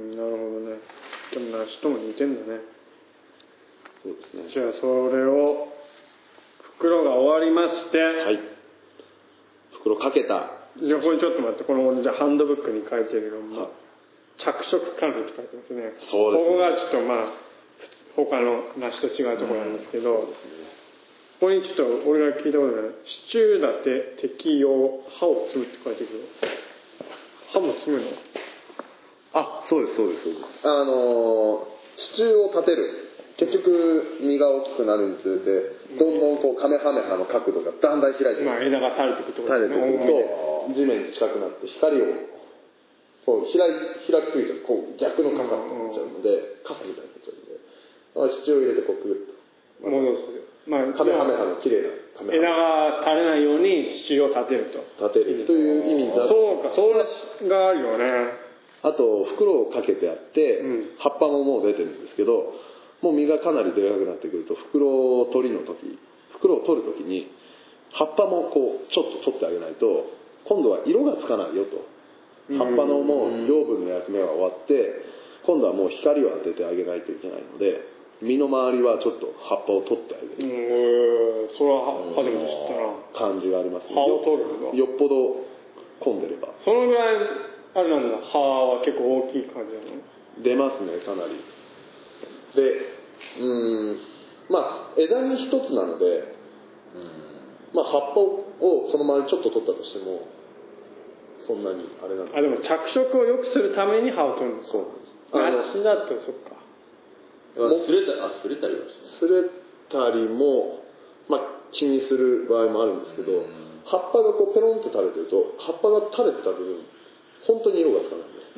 なるほどね。でも梨とも似てんだね。 そうですね。 じゃあそれを袋が終わりまして、 はい。袋かけた。 じゃあこれちょっと待って、このじゃあハンドブックに書いてるのも、着色管理って書いてますね。 そうですね。 ここがちょっとまあ他の梨と違うところなんですけど、うん、ここにちょっと俺が聞いたことない、支柱立て適用刃を摘むって書いてるけど、刃も摘むの？ あ、そうですそうですそうです。あの支柱を立てる。結局実が大きくなるにつれてどんどんこうカメハメハの角度がだんだん開いてくる、 まあ、枝が垂れてくると垂れてくると地面に近くなって光をこう開い開きすぎちゃうこう逆の傘になっちゃうので傘みたいになっちゃうので支柱を入れてこうグッと戻す、まあ、 カメハメハの綺麗なカメハメ枝が垂れないように支柱を立てると立てるという意味だ。 そうか、それがあるよね。 あと袋をかけてあって、うん、葉っぱももう出てるんですけど、もう実がかなりでかくなってくると袋を取りの時袋を取る時に葉っぱもこうちょっと取ってあげないと今度は色がつかないよと。葉っぱのもう養分の役目は終わって今度はもう光を当ててあげないといけないので実の周りはちょっと葉っぱを取ってあげる。 うん、それは初めて知ったな。 感じがありますね。 葉を取るのか。 よっぽど混んでれば。 そのぐらいあれなんだ。葉は結構大きい感じなの？ 出ますね、かなり。で、うーん、まあ枝に一つなので、まあ葉っぱをその周りちょっと取ったとしてもそんなにあれなんです。 あ、でも着色を良くするために葉を取るんです。 そうなんです。 梨だとそっか。 すれた、あ、すれたりはしすれたりも、まあ、気にする場合もあるんですけど、葉っぱがこうペロンって垂れてると葉っぱが垂れてた部分本当に色がつかないんです。 うん、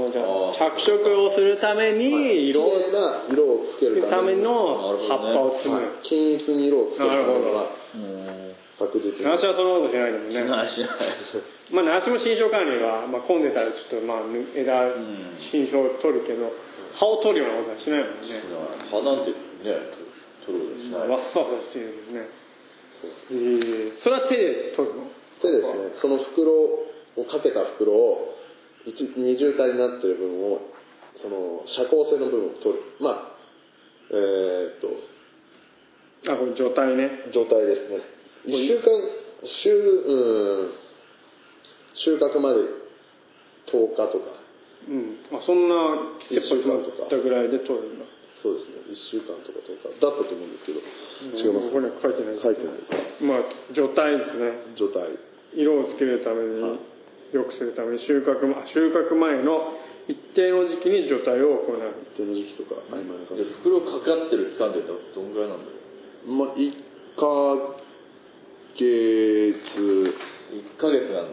なるほど。じゃあ着色をするために色を、 はい、綺麗な色をつけるためにの葉っぱを摘む、 はい、均一に色をつけるためには確実に。 梨はそのことしないでもね。 梨はまあ梨も新梢管理が、まあ、混んでたらちょっとまあ枝、新梢を取るけど葉を取るようなことはしないもんね。 葉なんてね取ることしない。 わっさわさしてるんですね。そう。えー、それは手で取るの？ 手ですね。その袋をかけた袋を二重体になっている部分をその遮光性の部分を取る。まあえー、っとあ、これ状態ね。 状態ですね。一週間収、うん、収穫までとおかとか。 うん。あ、そんな季節がったぐらいで取るんだ。 そうですね。いっしゅうかんとかとおかだったと思うんですけど。違います。 ここには書いてないです。 書いてないですか。 まあ状態ですね。 状態。 色をつけるために、はい、良くするために収穫収穫前の一定の時期に除体を行う。 一定の時期とか曖昧な感じ。 袋かかってる期間ってどんぐらいなんだろう。 まあいっかげつ。 いっかげつなんだ。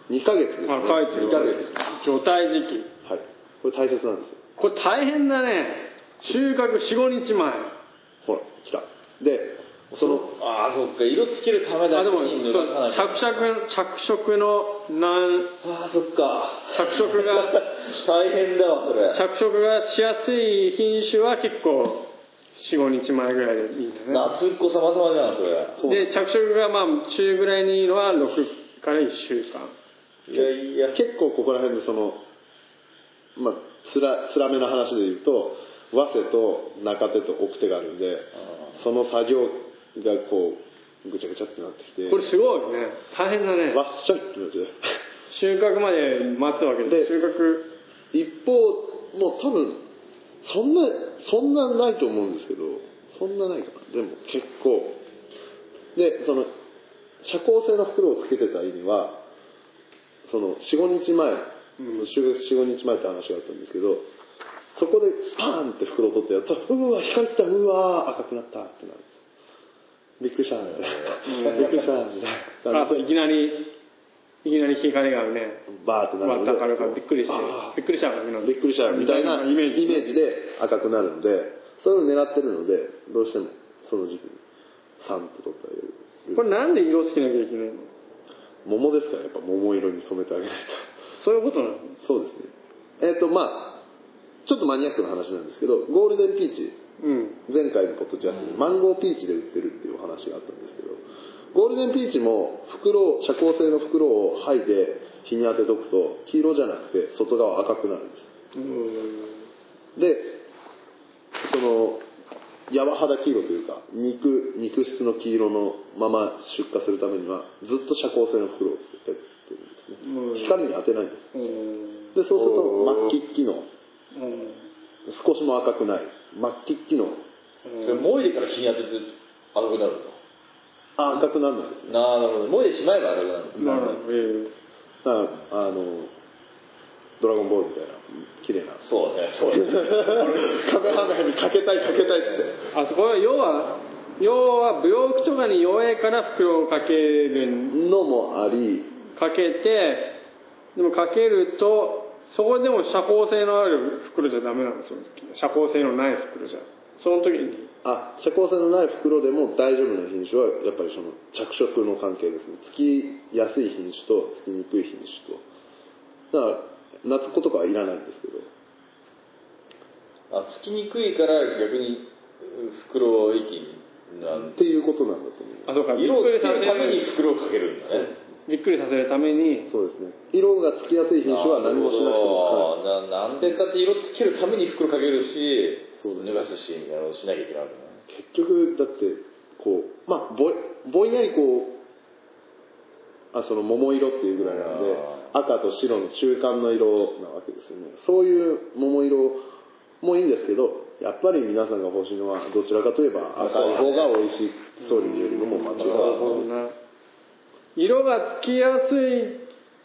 にかげつですね。 あ、書いてる。 にかげつ。 除帯時期。 はい。これ大切なんですよ。 これ大変だね。収穫よん、ごにちまえ。 ほら、来た。で、その、 ああ、そっか、色つけるためだけに塗らさなきゃ。 着色、着色の何、 ああ、そっか。 着色が、 大変だわ、それ。 着色がしやすい品種は結構、よん、ごにちまえぐらいでいいんだね。 夏っ子様々じゃん、それ。 そうで、着色がまあ、中ぐらいにいいのはろくからいっしゅうかん。 いやいや。 結構ここら辺でその、まあ、つら、つらめの話で言うと、早生と中手と奥手があるんで、その作業がこう、ぐちゃぐちゃってなってきて。 これすごいね。大変だね。 わっしょいってなって収穫まで待つわけで。収穫。 一方、もう多分、そんな、そんなないと思うんですけど、そんなないかな。でも結構。で、その、遮光性の袋をつけてた意味は、その、よん、ごにちまえ、うん、収穫よん、ごにちまえって話があったんですけど、そこでパーンって袋を取ってやったら、うわ、光った、うわ、赤くなったってなるんです。びっくりしたみたいな。びっくりしたみたいな。 あ、いきなり、いきなり光がね、 バーってなるので。 わかるからびっくりして、びっくりしたからびっくりしたみたいなイメージで赤くなるので、それを狙ってるので、どうしてもその時期にサンと取ってあげる。 これなんで色つけなきゃいけないの？ 桃ですから、やっぱ桃色に染めてあげないと。 そういうことなの？ そうですね。えっ、ー、と、まあ、ちょっとマニアックな話なんですけど、ゴールデンピーチ、うん、前回のポッドキャストでマンゴーピーチで売ってるっていうお話があったんですけど、ゴールデンピーチも袋、遮光性の袋を剥いで日に当てとくと黄色じゃなくて外側赤くなるんです。うんで、その柔肌黄色というか肉、肉質の黄色のまま出荷するためにはずっと遮光性の袋をつけてるんですね。光に当てないんです。で、そうすると末期機能、少しも赤くない末期機能。 それモイレから日に当てて赤くなるんだ。 あ、赤くなるんですね。 なるほど。モイレしまえば赤くなるんだ。 なるほど。えー、 だからあのドラゴンボールみたいな綺麗な。 そうね。そうね。 カメハメにかけたいかけたいって。 あそこは要は要は病気とかに弱いから袋をかけるのもあり、 かけてでもかけるとそこでも遮光性のある袋じゃダメなんですよ。遮光性のない袋じゃ。その時に。 あ、遮光性のない袋でも大丈夫な品種はやっぱりその着色の関係ですね。つきやすい品種とつきにくい品種と。だから夏子とかはいらないんですけど。 あ、つきにくいから逆に袋液なんっていうことなんだと思う。 あ、そうか。 色をつけるために袋をかけるんだね。 びっくりさせるために。 そうですね。色がつきやすい品種は何もしなくても使える。な, なんでだって色つけるために袋かけるし、そう脱がすしみたいなのをしなきゃいけないわけね。 結局だってこうまあ ぼ, ぼんやりこうあその桃色っていうぐらいなんで赤と白の中間の色なわけですよね。そういう桃色もいいんですけど、やっぱり皆さんが欲しいのはどちらかといえば赤い方が美味しそうに見えるのも間違いない。 色がつきやすい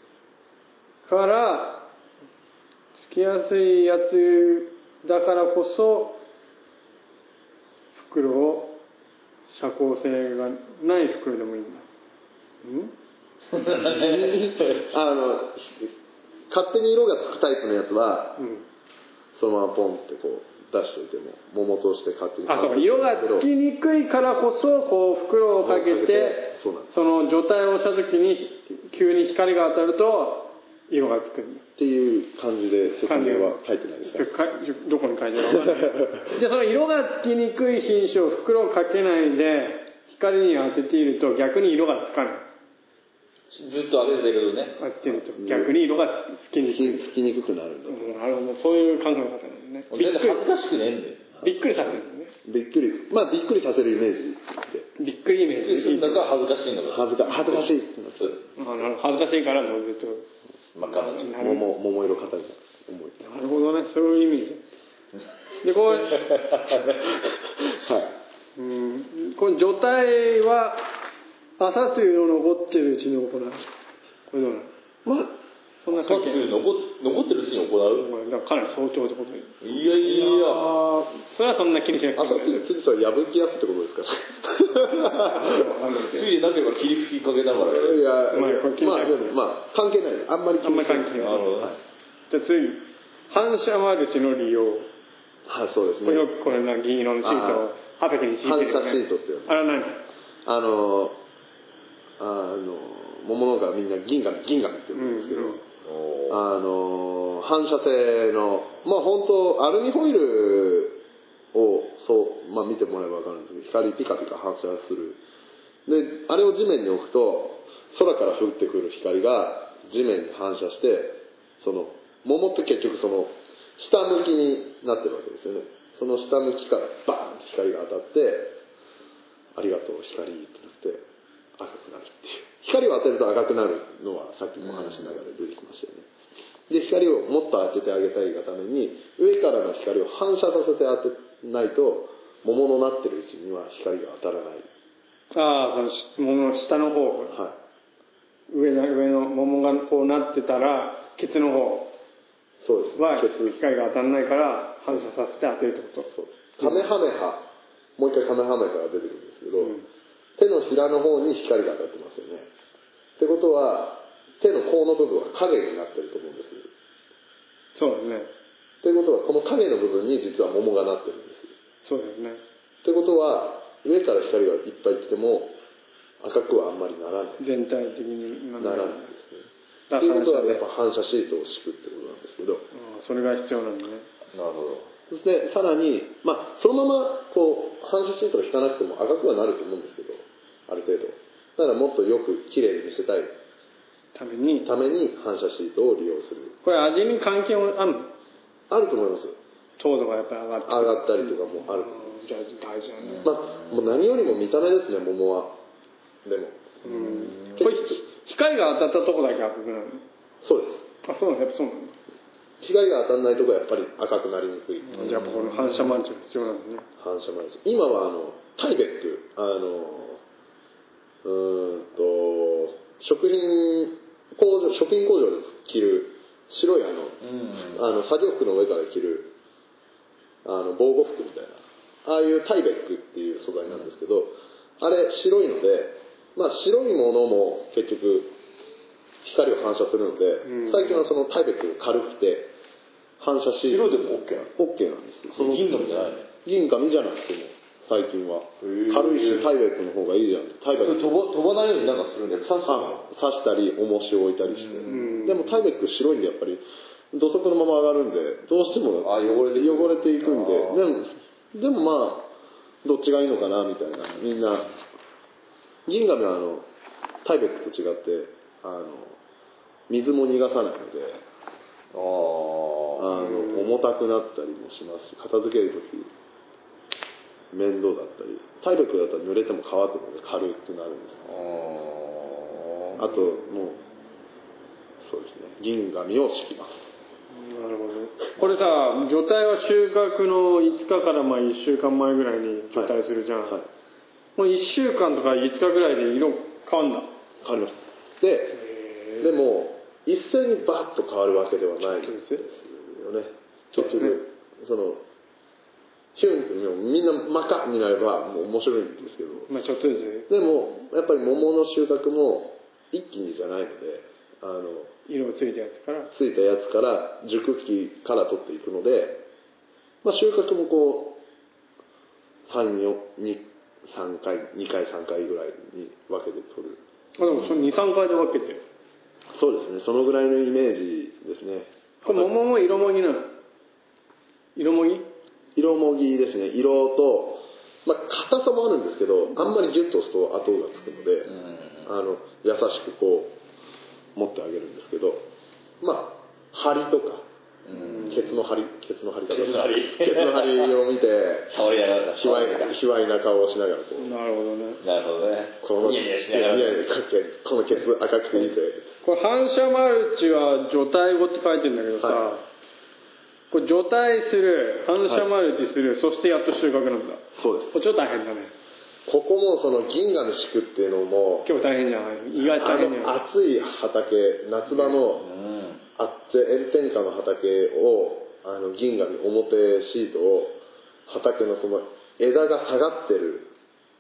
からつきやすいやつだからこそ袋を遮光性がない袋でもいいんだ。んあの勝手に色がつくタイプのやつは、うん、そのままポンってこう出しておいても桃として勝手に。 あ、そう、色がつきにくいからこそこう袋をかけて、そ, その状態をした時に急に光が当たると色がつくっていう感じで説明は書いてないですか？ どこに書いてあるか分からないじゃあその色がつきにくい品種を袋をかけないで光に当てていると逆に色がつかない。 ずっと上げてるけどね。 当ててると逆に色がつきにくい。 つきにくくなるんだと。 なるほど、そういう考え方なんですね。 びっくり恥ずかしくねえんだよ。 びっくりさせるんだね。 びっくり、まあびっくりさせるイメージで。びっくりイメージ。 びっくりするんだか恥ずかしいんだか。 恥ずか恥ずかしいってなっちゃう。 恥ずかしいからもうずっと。 真っ赤になっちゃう。 桃桃色硬い思い。 なるほどね、そういう意味で。でこう。はい。うん、この除帯は朝露の残ってるうちに行う。これどうなの？ まあそんな関係残残ってるうちに行う。 だからかなり早朝ってことで。 いやいや。 それはそんな気にしなくていい。 朝露ついてたら破きやすってことですか？ ついでなければ霧吹きかけながらいやまあこれまあでもまあ関係ないあんまり気あんまにしないり関係ない、 はい、 じゃあ次反射マルチの利用。 はい、そうですね。 これよくこれな銀色のシートをはっぴゃくに敷いてるよね。 反射シートってやつ。 あれは何？ あのあの桃農家はみんな銀紙銀紙って言うんですけど、うんうん、あの反射性のまあ本当アルミホイルをそうまあ見てもらえば分かるんですけど、光ピカピカ反射する。であれを地面に置くと空から降ってくる光が地面に反射して、その桃って結局その下向きになってるわけですよね。その下向きからバーンと光が当たって、ありがとう光ってなって赤くなるっていう。光を当てると赤くなるのはさっきも話しながら出てきましたよね。で光をもっと当ててあげたいがために上からの光を反射させて当てないと桃のなってる位置には光が当たらない。 ああ、桃の下の方、はい、上の上の桃がこうなってたらケツの方そうです、ね、 は光が当たらないから反射させて当てるってこと。そうカメハメハ、もう一回カメハメハが出てくるんですけど、うん、手のひらの方に光が当たってますよね。ってことは手の甲の部分は影になってると思うんです。 そうですね。 ということはこの影の部分に実は桃がなってるんです。 そうですね。 ということは上から光がいっぱい来ても赤くはあんまりならない。 全体的にならないですね。ということはやっぱ反射シートを敷くってことなんですけど、 うん、それが必要なんだね。 なるほど。 そしてさらに、まあ、そのままこう反射シートを引かなくても赤くはなると思うんですけど、ある程度だからもっとよくきれいに見せたいためにために反射シートを利用する。 これ味に関係あるの？ あると思います。 糖度がやっぱり上がって上がったりとかもあると思います。 じゃあ大事だね。 まあ、もう何よりも見た目ですね、桃は。でもうんこれ光が当たったとこだけ赤くなるの？ そうです。 あ、そうなんです。やっぱそうなんだ。 光が当たらないところはやっぱり赤くなりにくい。 じゃあやっぱこの反射マルチが必要なんですね。 反射マルチ。今はあのタイベック、あのうーんと食品工場食品工場で着る白いあの、あの作業服の上から着るあの防護服みたいな、ああいうタイベックっていう素材なんですけど、あれ白いので、まあ白いものも結局光を反射するので、うん、最近はそのタイベックが軽くて反射シート。 白でも OK なの？ OK なんです。 その銀紙じゃないね。 銀紙じゃなくても最近は軽いしタイベックの方がいいじゃん。タイベック飛ば飛ばないようになんかするんで刺すの？ 刺したり重しを置いたりして。でもタイベック白いんでやっぱり土足のまま上がるんでどうしてもあ汚れて汚れていくんで、でもでもまあどっちがいいのかなみたいな。みんな銀紙はあのタイベックと違ってあの水も逃がさないので。ああの重たくなったりもしますし、片付けるとき面倒だったり、タイベックだったら濡れても乾くので軽くなるんです。ああともうそうですね、銀紙を敷きます。 なるほど。これさ、除体は収穫のいつかからまあいっしゅうかんまえぐらいに除体するじゃん、はいはい、もういっしゅうかんとかいつかぐらいで色変わんだ？ 変わります。で、でも一斉にバッと変わるわけではないんですよね。結局、そのヒュンってみんな真っ赤になればもう面白いんですけど、 まあちょっとずつでもやっぱり桃の収穫も一気にじゃないので、あの色がついたやつからついたやつから熟期から取っていくので、まあ、収穫もこうさん、よん、に、さんかい、にかいさんかいぐらいに分けて取る。 あ、でもそのに、さんかいで分けて。 そうですね、そのぐらいのイメージですね。 これ桃も色もぎなの？色もぎ？ 色もぎですね。色と、まあ、硬さもあるんですけど、あんまりギュッと押すと跡がつくので、あの優しくこう持ってあげるんですけど、まあ張りとか、ケツの張り、ケツの張り方とか、ケツの張りを見て、 触りながら、 卑猥、卑猥な顔をしながらこう。 なるほどね。 なるほどね。 この、いやいやしながら。いやいや、このケツ赤くていいって。 これ反射マルチは除体後って書いてるんだけどさ、はい、これ除体する、反射マルチする、はい、そしてやっと収穫なんだ。 そうです。 これちょっと大変だね。 ここもその銀紙敷くっていうのも、 今日大変じゃない？意外と大変じゃない？ 暑い畑、夏場の、あっち炎天下の畑を、あの銀紙表シートを畑のその枝が下がってる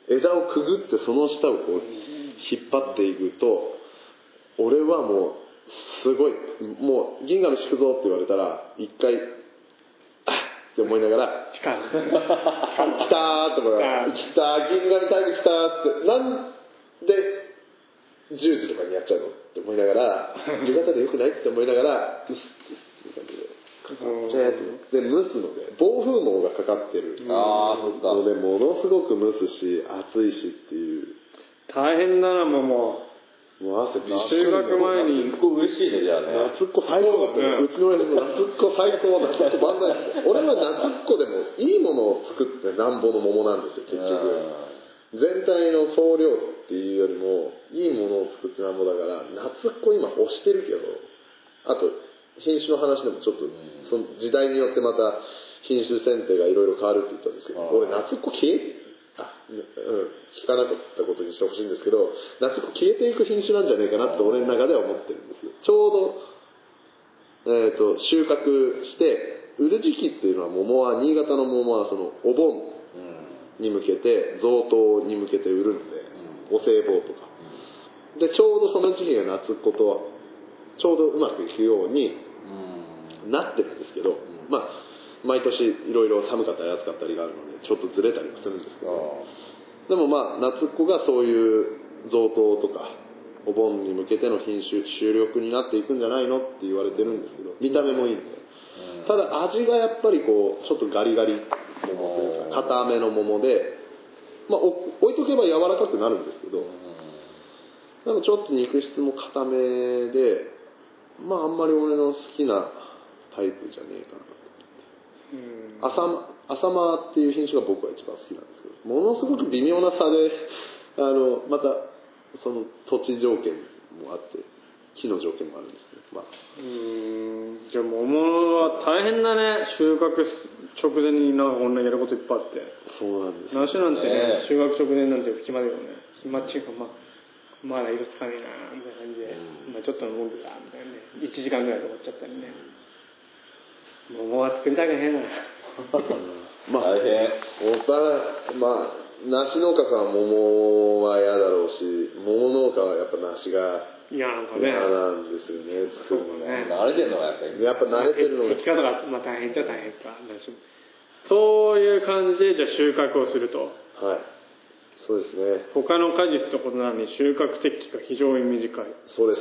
枝をくぐってその下をこう引っ張っていくと、俺はもうすごい、もう銀紙敷くぞって言われたら一回あっって思いながら力来たーって思いながら来たー銀紙タイム来たーって、なんでじゅうじとかにやっちゃうのって思いながら夕方でよくないって思いながらうっっていう感じでかかっちゃえってで蒸すので暴風網がかかってるのでものすごく蒸すし暑いしっていう大変だな。もうもうもう汗びっしり。 中学前に夏っこ嬉しいね。じゃあね、 夏っこ最高だった、ね、うちの親父も夏っこ最高だった万歳って俺は夏っこでもいいものを作ってなんぼの桃なんですよ結局。全体の総量っていうよりもいいものを作ってなんぼだから夏っこ今推してるけど、あと品種の話でもちょっとその時代によってまた品種選定がいろいろ変わるって言ったんですけど、俺夏っこ消えあ、うん、聞かなかったことにしてほしいんですけど、夏っこ消えていく品種なんじゃないかなって俺の中では思ってるんですよ。ちょうど、えーと、収穫して売る時期っていうのは桃は新潟の桃はそのお盆に向けて贈答に向けて売るので、お歳暮とかでちょうどその時期が夏っことはちょうどうまくいくようになってるんですけど、まあ毎年いろいろ寒かったり暑かったりがあるのでちょっとずれたりもするんですけど、でもまあ夏っこがそういう贈答とかお盆に向けての品種主力になっていくんじゃないのって言われてるんですけど、見た目もいいんで、ただ味がやっぱりこうちょっとガリガリ桃というか固めの桃で、まあ、置いとけば柔らかくなるんですけど、なんかちょっと肉質も固めで、まああんまり俺の好きなタイプじゃねえかな。浅間浅間っていう品種が僕は一番好きなんですけど、ものすごく微妙な差であのまたその土地条件もあって木の条件もあるんですけど、まあ、 うーんじゃあ桃は大変だね。収穫直前になんかこんなやることいっぱいあって。 そうなんです。 梨なんてね、 ね収穫直前なんて暇だよね。暇っていうかまあまだ色つかねえなみたいな感じで、うん、まあちょっと飲んでたみたいなね、いちじかんぐらいで終わっちゃったりね。桃は作りたくねえな。 まあ大変。お互いまあ梨農家さんは桃は嫌だろうし、桃農家はやっぱ梨が嫌なんかね。 嫌なんですよね。作るのね。慣れてるのがやっぱり。 やっぱ慣れてるのが。 生き方がまあ大変っちゃ大変か。そういう感じでじゃあ収穫をすると。 はい。そうですね。 他の果実と異なる収穫適期が非常に短い。 そうです。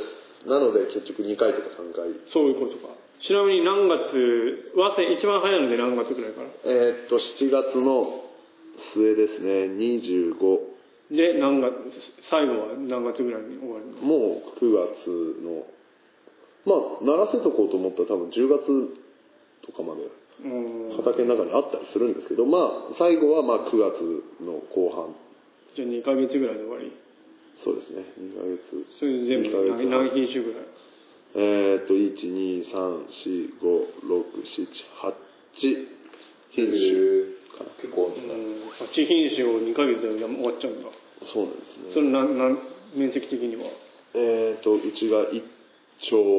なので結局にかいとかさんかい。 そういうことか。ちなみに何月、早生一番早いので何月ぐらいから？ えー、っとしちがつの末ですね。にじゅうごで何月、最後は何月ぐらいに終わるの？ もうくがつのまあ鳴らせとこうと思ったら多分じゅうがつとかまで畑の中にあったりするんですけど、まあ最後はまあくがつの後半。 じゃあにかげつぐらいで終わり？ そうですね、にかげつ。 それ全部何品種ぐらい？ えー、っといち、に、さん、よん、ご、ろく、しち、はち品種かな。 結構うん、はち品種をにかげつで終わっちゃうんだ。 そうなんですね。 それなな面積的には？ えー、っとうちがいっちょう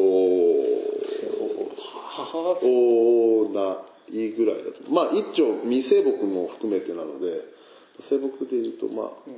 おないぐらいだと。まあいっちょう未生木も含めてなので、生木でいうとまあ、うん、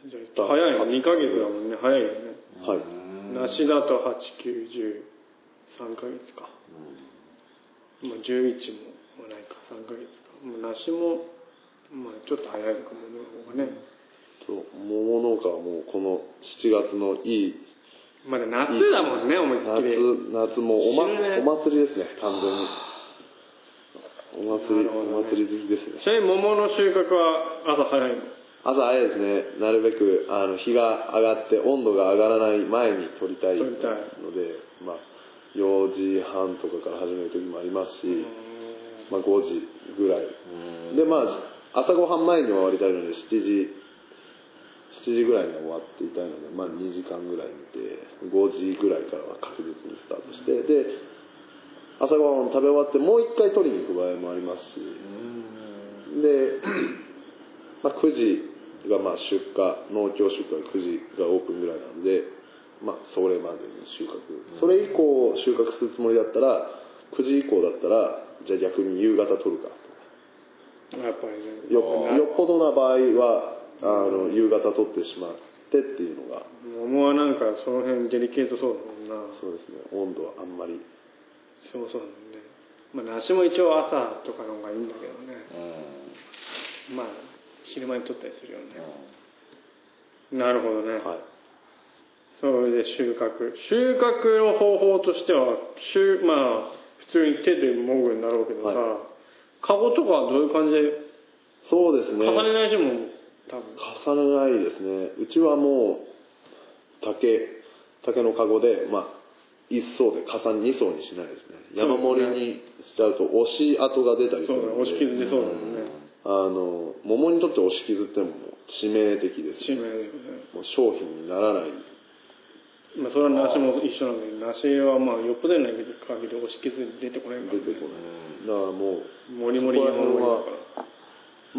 じゃあ早いね。にかげつだもんね。早いよね。 はい。 梨だとはち、きゅう、じゅうさんかげつか、うん、まあじゅういちもないかさんかげつか。もう梨もまあちょっと早いかもね、方がね。 そう桃農家はもうこのしちがつのいいまだ夏だもんね、思いっきり。 夏夏もうお、ま、お祭りですね、完全に。お祭り、ね、お祭り好きですね。 ちなみに桃の収穫は朝早いの？ 朝早いですね。なるべくあの日が上がって温度が上がらない前に取りたいので、まあよじはんとかから始める時もありますし、まあごじぐらいで、まあ朝ごはん前に終わりたいのでしちじしちじぐらいに終わっていたいので、まあにじかんぐらい見てごじぐらいからは確実にスタートして、で朝ごはんを食べ終わってもう一回取りに行く場合もありますし、で、まあ、くじがまあ出荷、農協出荷がくじがオープンぐらいなので、まあそれまでに収穫、それ以降収穫するつもりだったらくじ以降だったらじゃあ逆に夕方取るかとか、 やっぱりね、 よ, よっぽどな場合はあの夕方取ってしまってっていうのが。 桃はなんかその辺デリケートそうだもんな。 そうですね、温度はあんまり。 そうそうだもんね。まあ梨も一応朝とかの方がいいんだけどね、うん、まあ昼間に取ったりするよね、うん、なるほどね、はい、それで収穫収穫の方法としてはまあ普通に手でもぐんだろうけどさ、はい、カゴとかはどういう感じで。 そうですね、 重ねない人も多分重ねないですね。うちはもう竹竹のカゴでまあ一層で重ね二層にしないですね。山盛りにしちゃうと押し跡が出たりするので、 そう、押し傷出そうだもんね。 あの桃にとって押し傷ってもう致命的です、ね。 致命的ね。 もう商品にならない。 まあそれは梨も一緒なんだけど、梨はまあよっぽどない限り押し傷出てこないから、ね。 出てこない。だからもうもりもり山盛りだから。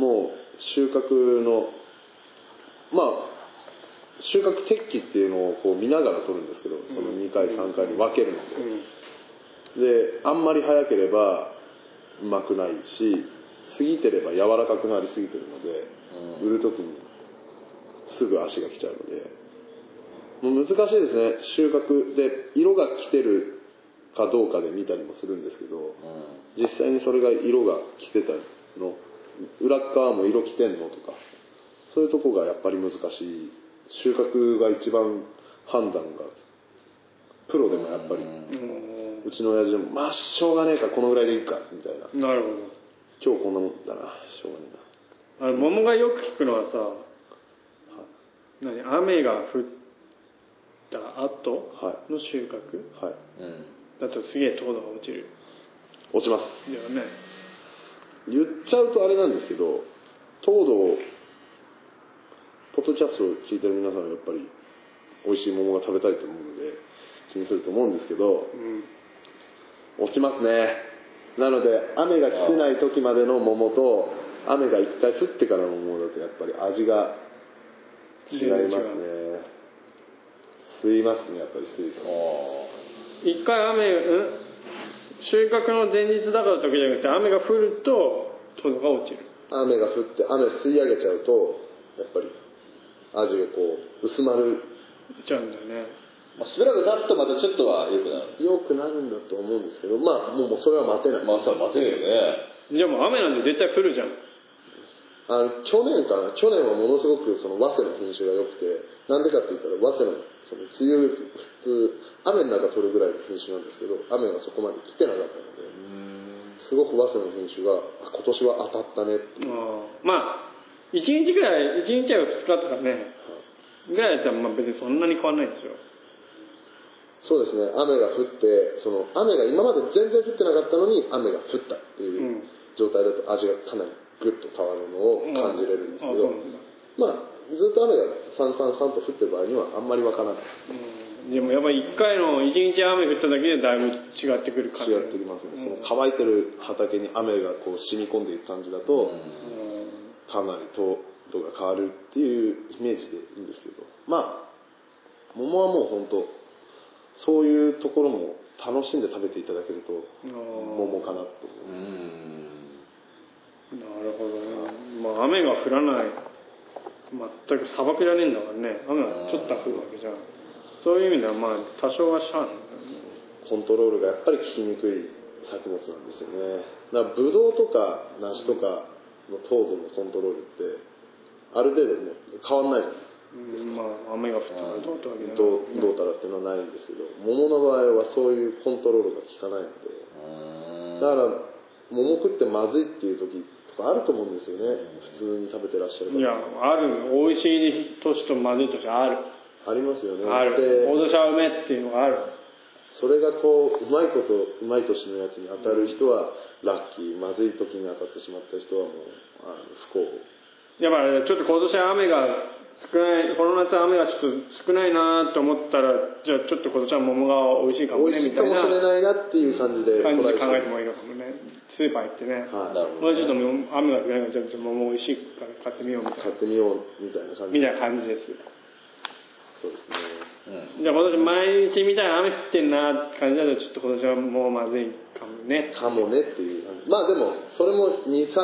もう収穫のまあ。収穫適期っていうのをこう見ながら取るんですけど、そのにかいさんかいに分けるので、であんまり早ければうまくないし、過ぎてれば柔らかくなりすぎてるので、売る時にすぐ足が来ちゃうので、もう難しいですね。収穫で色が来てるかどうかで見たりもするんですけど、実際にそれが色が来てたの、裏側も色来てんのとか、そういうとこがやっぱり難しい。収穫が一番判断がプロでもやっぱり、うちの親父でもまあしょうがねえかこのぐらいでいいかみたいな。 なるほど。 今日こんなもんだな、しょうがねえな。あれ桃がよく聞くのはさ、は何雨が降った後の収穫、はいはい、だとすげえ糖度が落ちる。 落ちます。 いやね。 言っちゃうとあれなんですけど、糖度をポッドキャストを聞いてる皆さんはやっぱり美味しい桃が食べたいと思うので気にすると思うんですけど、うん、落ちますね。なので雨が来てない時までの桃と雨が一回降ってからの桃だとやっぱり味が違いますね。吸いますね、やっぱり吸います。 一回雨、うん、収穫の前日だから時じゃなくて雨が降ると糖度が落ちる。 雨が降って雨吸い上げちゃうとやっぱり味がこう薄まるちゃうんだよね。 まあ、しばらく経つとまたちょっとは良くなる良くなるんだと思うんですけど、まあもうそれは待てない。 まあそれは待てるよね。 でも雨なんで絶対降るじゃん。 あの去年かな去年はものすごくその早生の品種が良くて、なんでかって言ったら早生のその梅雨普通雨の中取るぐらいの品種なんですけど、雨がそこまで来てなかったので、すごく早生の品種が今年は当たったねっていう。 あまあいちにちぐらいいちにちやふつかとかね、ぐらいだったらまあ別にそんなに変わらないですよ。 そうですね。雨が降ってその雨が今まで全然降ってなかったのに雨が降ったっていう状態だと味がかなりグッと変わるのを感じれるんですけど、うん、まあずっと雨がさんさんさんと降ってる場合にはあんまりわからない、 うん、でもやっぱりいっかいのいちにち雨降っただけでだいぶ違ってくる感じ。 違ってきますね、うん、その乾いてる畑に雨がこう染み込んでいく感じだと、うんかなり糖度が変わるっていうイメージでいいんですけど、まあ桃はもう本当そういうところも楽しんで食べていただけると桃かなと思う。 うんなるほどね。まあ雨が降らない全く砂漠じゃねえんだからね、雨がちょっと降るわけじゃん。そういう意味ではまあ多少はしゃあないんだよね。 コントロールがやっぱり効きにくい作物なんですよね。だからブドウとか梨とかの糖度のコントロールってある程度も変わんないじゃないですか。 まあ雨が降ったらどうとは言えない、 どうどうたらっていうのはないんですけど、桃の場合はそういうコントロールが効かないので、だから桃食ってまずいっていう時とかあると思うんですよね。普通に食べてらっしゃる方。 いやある、美味しい年とまずい年ある。 ありますよね。 ある。大年は梅っていうのがある。 それがこううまいことうまい年のやつに当たる人はラッキー、まずい時に当たってしまった人はもうあの不幸。 やっぱりちょっと今年は雨が少ない、この夏は雨がちょっと少ないなと思ったら、じゃあちょっと今年は桃が美味しいかもねみたいな。 美味しいかもしれないなっていう感じで感じで考えてもいいのかもね。スーパー行ってね。はい。もうちょっと雨が少ないからちょっと桃美味しいから買ってみようみたいな。 買ってみようみたいな感じ。 みたいな感じです。 そうですね。 うん、じゃあ今年毎日みたいな雨降ってんなって感じだとちょっと今年はもうまずいかもね。 かもねっていう。まあでもそれもに、さん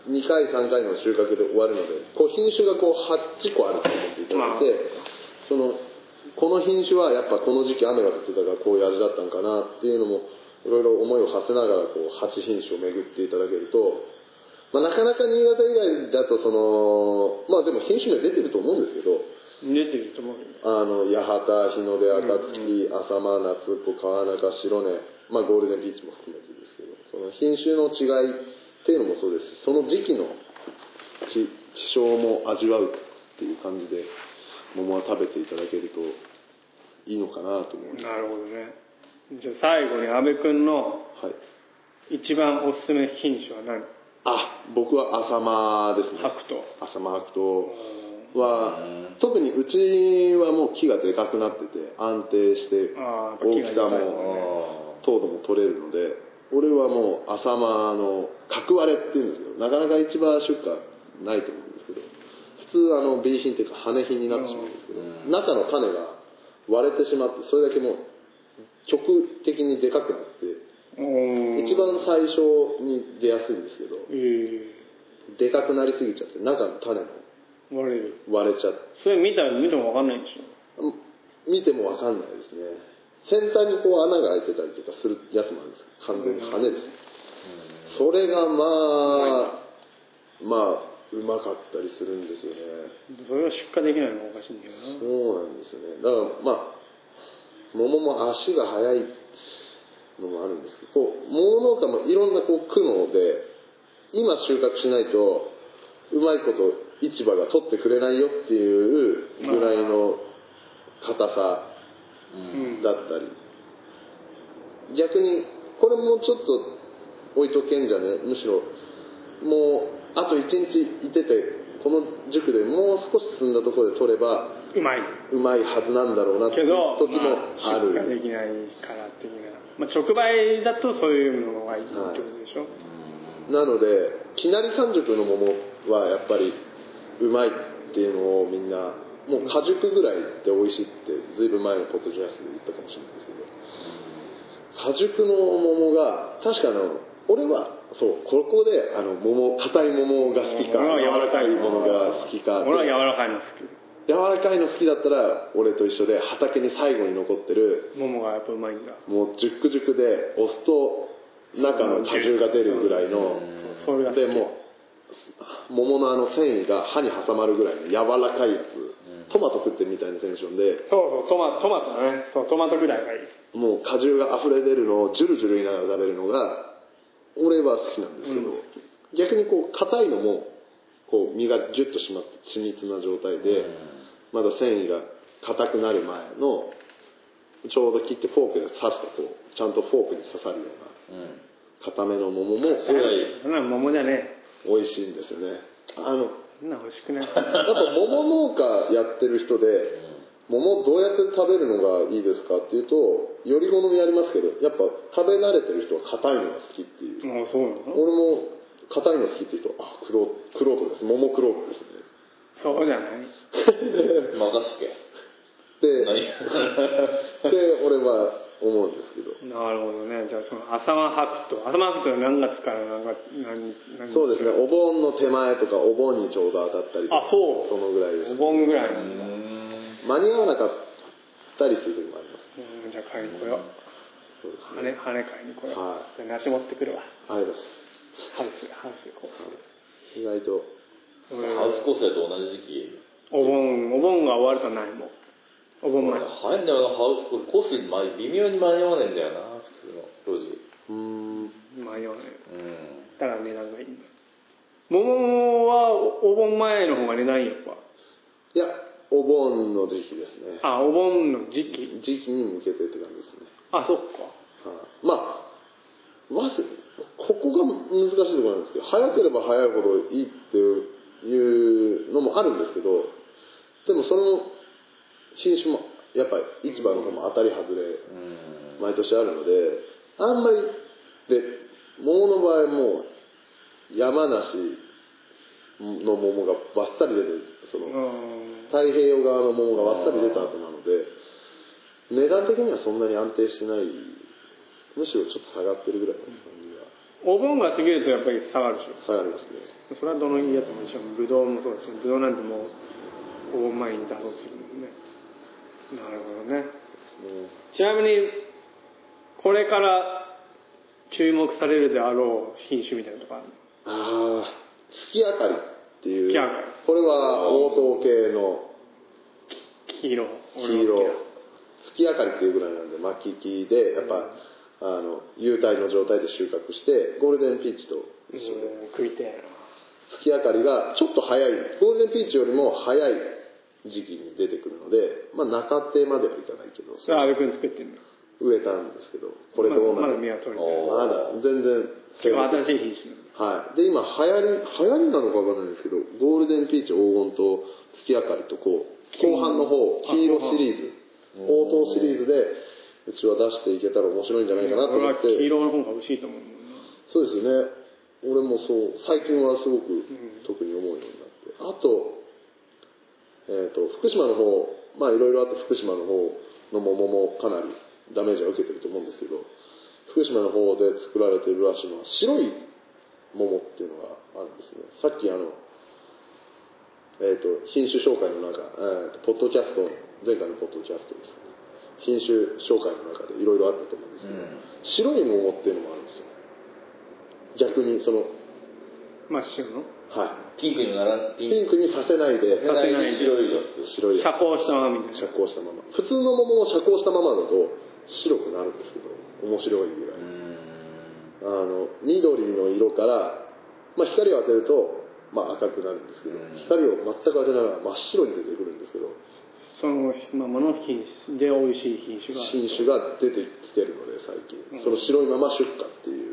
にかいさんかいの収穫で終わるので、こう品種がこうはちこあると思っていただいて、そのこの品種はやっぱこの時期雨が降ってたからこういう味だったんかなっていうのもいろいろ思いを馳せながらこうはち品種を巡っていただけると、まあ、なかなか新潟以外だとそのまあでも品種名出てると思うんですけど、 出てると思うよ。 あの八幡、日の出、暁、浅間、夏っ子、川中、白根、まあ、ゴールデンピーチも含めてですけど、その品種の違いっていうのもそうですし、その時期の気象も味わうっていう感じで桃は食べていただけるといいのかなと思います。 なるほどね。じゃあ最後に阿部君の一番おすすめ品種は何？ あ、僕は浅間ですね。 白桃。 浅間白桃は特にうちはもう木がでかくなってて安定して大きさも糖度も取れるので、俺はもう浅間の角割れっていうんですけど、なかなか市場出荷ないと思うんですけど、普通あの B 品っていうか羽品になってしまうんですけど、中の種が割れてしまってそれだけもう極的にでかくなって一番最初に出やすいんですけど、えー、でかくなりすぎちゃって中の種も割れる割れちゃって、 それ見たら見ても分かんないんでしょ？ 見ても分かんないですね。先端にこう穴が開いてたりとかするやつもあるんですけど、完全に羽です、うん、それがまあまあうまかったりするんですよね。 それは出荷できないのがおかしいんだよな。 そうなんですよね。だからまあ桃も足が速いのもあるんですけど、こう桃農家もいろんなこう苦悩で今収穫しないとうまいこと市場が取ってくれないよっていうぐらいの硬さだったり、逆にこれもちょっと置いとけんじゃね、むしろもうあといちにちいててこの塾でもう少し進んだところで取ればうまいうまいはずなんだろうなっていう時もある。 けど、まあ、出荷できないから的な、まあ、直売だとそういうのがいいってことでしょ、はい、 なのできなり完熟の桃はやっぱりうまいっていうのをみんなもう果熟ぐらいで美味しいってずいぶん前のポッドキャストで言ったかもしれないですけど、果熟の桃が確かあの俺はそうここであの桃硬い桃が好きか柔らかいものが好きか、 俺は柔らかいの好き。 柔らかいの好きだったら俺と一緒で畑に最後に残ってる桃がやっぱうまいんだ。 もう熟熟で押すと中の果汁が出るぐらいの、でも桃のあの繊維が歯に挟まるぐらいの柔らかいやつ、トマト食ってるみたいなテンションで、 そうそうトマトマトだね、そうトマトぐらいがいい。 もう果汁が溢れ出るのをジュルジュル言いながら食べるのが俺は好きなんですけど、うん、逆にこう硬いのもこう身がギュッと締まって緻密な状態で、まだ繊維が硬くなる前のちょうど切ってフォークで刺すとこうちゃんとフォークに刺さるような硬めの桃もそれは桃じゃねえ美味しいんですよね。あのそんな欲しくない。 やっぱ桃農家やってる人で桃どうやって食べるのがいいですかっていうとより好みありますけど、やっぱ食べ慣れてる人は硬いのが好きっていう。 ああそうなの？ 俺も硬いの好きっていう人あクロクロートです、桃クロートですね。 そうじゃない。 任すけ。 で、で俺は思うんですけど。 なるほどね。じゃあその浅間白桃、浅間白桃何月から何月何日何日？ そうですね。お盆の手前とかお盆にちょうど当たったりとか。 あ、そう。 そのぐらいです、 お盆ぐらいなんだ。 間に合わなかったりする時もあります。 うん、じゃあ買いに来よう。そうですね。羽羽買いに来よう。はい。じゃあ梨持ってくるわ。 ありがとうございます。 ハウスハウスコース。 意外とハウスコースと同じ時期。 お盆お盆が終わるとないもん。お盆前。 早いんだよな、ハウスコース。コースに微妙に間に合わないんだよな、普通の路地。 うーん。 間に合わない。うん。だから値段がいいんだ。桃はお盆前の方が値段いいのか。 いや、お盆の時期ですね。 あ、お盆の時期。 時期に向けてって感じですね。 あ、そっか。 はあ、まあ、わずここが難しいところなんですけど、早ければ早いほどいいっていうのもあるんですけど、でもその品種もやっぱり市場の方も当たり外れ毎年あるので、あんまりで桃の場合も山梨の桃がバッサリ出てる、その太平洋側の桃がバッサリ出た後なので値段的にはそんなに安定してない、むしろちょっと下がってるぐらいの感じが。 お盆が過ぎるとやっぱり下がるでしょ。 下がりますね。 それはどのいいやつも一緒。ブドウもそうですね。ブドウなんてもうお盆前に出そうするもんね。なるほどね。ちなみにこれから注目されるであろう品種みたいなとかあるの？ ああ、月明かりっていう。 月明かり。 これは応答系の黄色。 黄色。月明かりっていうぐらいなんで巻き木でやっぱ、あの有袋の状態で収穫してゴールデンピーチと一緒で食いて月明かりがちょっと早いゴールデンピーチよりも早い時期に出てくるので、まあ中手まではいかないけど、 それ阿部君作ってるの？ 植えたんですけど、これどうなる？ まだ実は取れてる。 まだ全然結構新しい品種。 はい。で今流行り流行りなのかわかんないんですけど、ゴールデンピーチ黄金と月明かりとこう後半の方黄色シリーズ、応答シリーズでうちは出していけたら面白いんじゃないかなと思って。 俺は黄色の方が美味しいと思うもんな。 そうですよね。俺もそう最近はすごく特に思うようになって、あと、えー、と福島の方、まあいろいろあって福島の方の桃もかなりダメージは受けてると思うんですけど、福島の方で作られているらしいのは白い桃っていうのがあるんですね。さっきあの、えー、と品種紹介の中、えー、とポッドキャスト前回のポッドキャストですね、品種紹介の中でいろいろあったと思うんですけど、うん、白い桃っていうのもあるんですよ。逆にその真っ白の、 はい、 ピンクにならピンクにさせないで、 させないで白いやつ、 白いやつ、 遮光したままみたいな。 遮光したまま。普通の桃を遮光したままだと白くなるんですけど、面白いぐらい。あの緑の色から、まあ、光を当てると、まあ、赤くなるんですけど、光を全く当てながら真っ白に出てくるんですけど、 そのままの品種で美味しい品種が品種が出てきてるので最近、うん、その白いまま出荷っていう、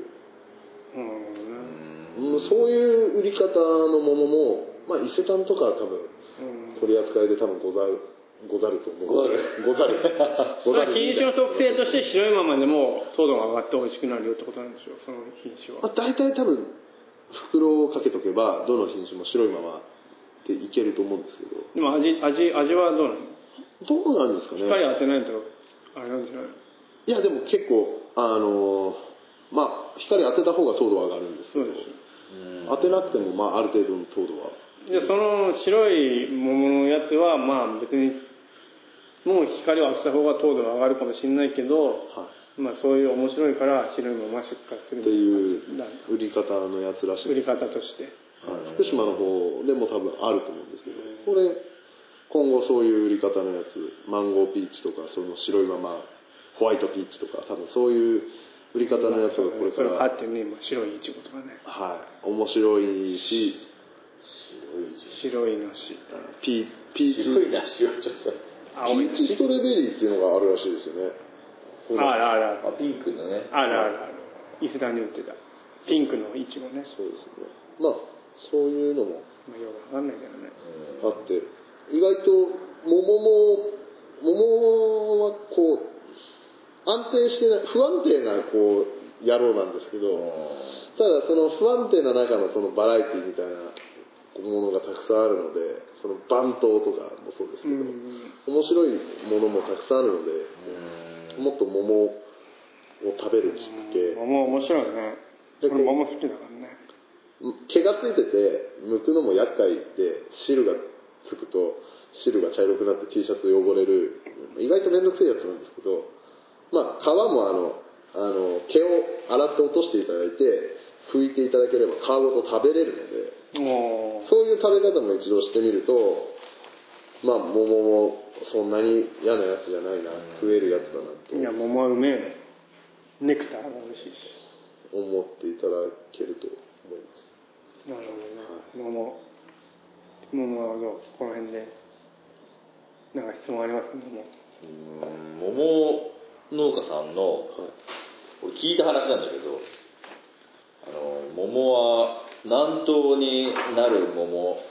うん、そういう売り方のものも、まあ、伊勢丹とか多分取り扱いで多分ござるござると思う。 ござるござるござる品種の特性として白いままでも糖度が上がって美味しくなるよってことなんでしょう、その品種は。 まあ、大体多分袋をかけとけばどの品種も白いままでいけると思うんですけど、 でも味味味はどうなの？ どうなんですかね。 光当てないとあれなんじゃない？ いやでも結構あのー、まあ光当てた方が糖度は上がるんですけど、そうです。当てなくてもまあある程度の糖度は。 でその白い桃のやつはまあ別にもう光を当てた方が糖度が上がるかもしれないけど、はい、まあそういう面白いから白いまま出荷するっていう売り方のやつらしいです。 売り方として、 はい、福島の方でも多分あると思うんですけど、これ今後そういう売り方のやつ、マンゴーピーチとかその白いままホワイトピーチとか多分そういう売り方のやつがこれから、 まあ、それあってね、白いイチゴとかね、 はい面白いし、 白い梨、 ピピーチ白い梨をちょっとピーチストロベリーっていうのがあるらしいですよね。 あるあるある。 あ、ピンクのね。 あるあるある。伊勢丹に売ってた。ピンクのイチゴね。 そうですね。まあそういうのも、 まあよくわかんないけどね。 あって、意外と桃も桃はこう安定してない不安定なこう野郎なんですけど、ただその不安定な中のそのバラエティみたいなものがたくさんあるので、その番頭とかもそうですけど、面白いものもたくさんあるので、もっと桃を食べるきっかけ。 桃面白いね。でこれ桃好きだからね。 毛がついてて剥くのも厄介で、汁がつくと汁が茶色くなって T シャツ汚れる、意外と面倒くさいやつなんですけど、まあ皮もあのあの毛を洗って落としていただいて拭いていただければ皮ごと食べれるので、そういう食べ方も一度してみると、まあ桃もそんなに嫌なやつじゃないな、食えるやつだなと。 いや桃はうめえね。ネクターも美味しいし。 思っていただけると思います。 なるほどね。桃桃はどう？この辺でなんか質問ありますか？ 桃。うん桃農家さんの、はい、俺聞いた話なんだけど、あの桃は南東になる桃、はい、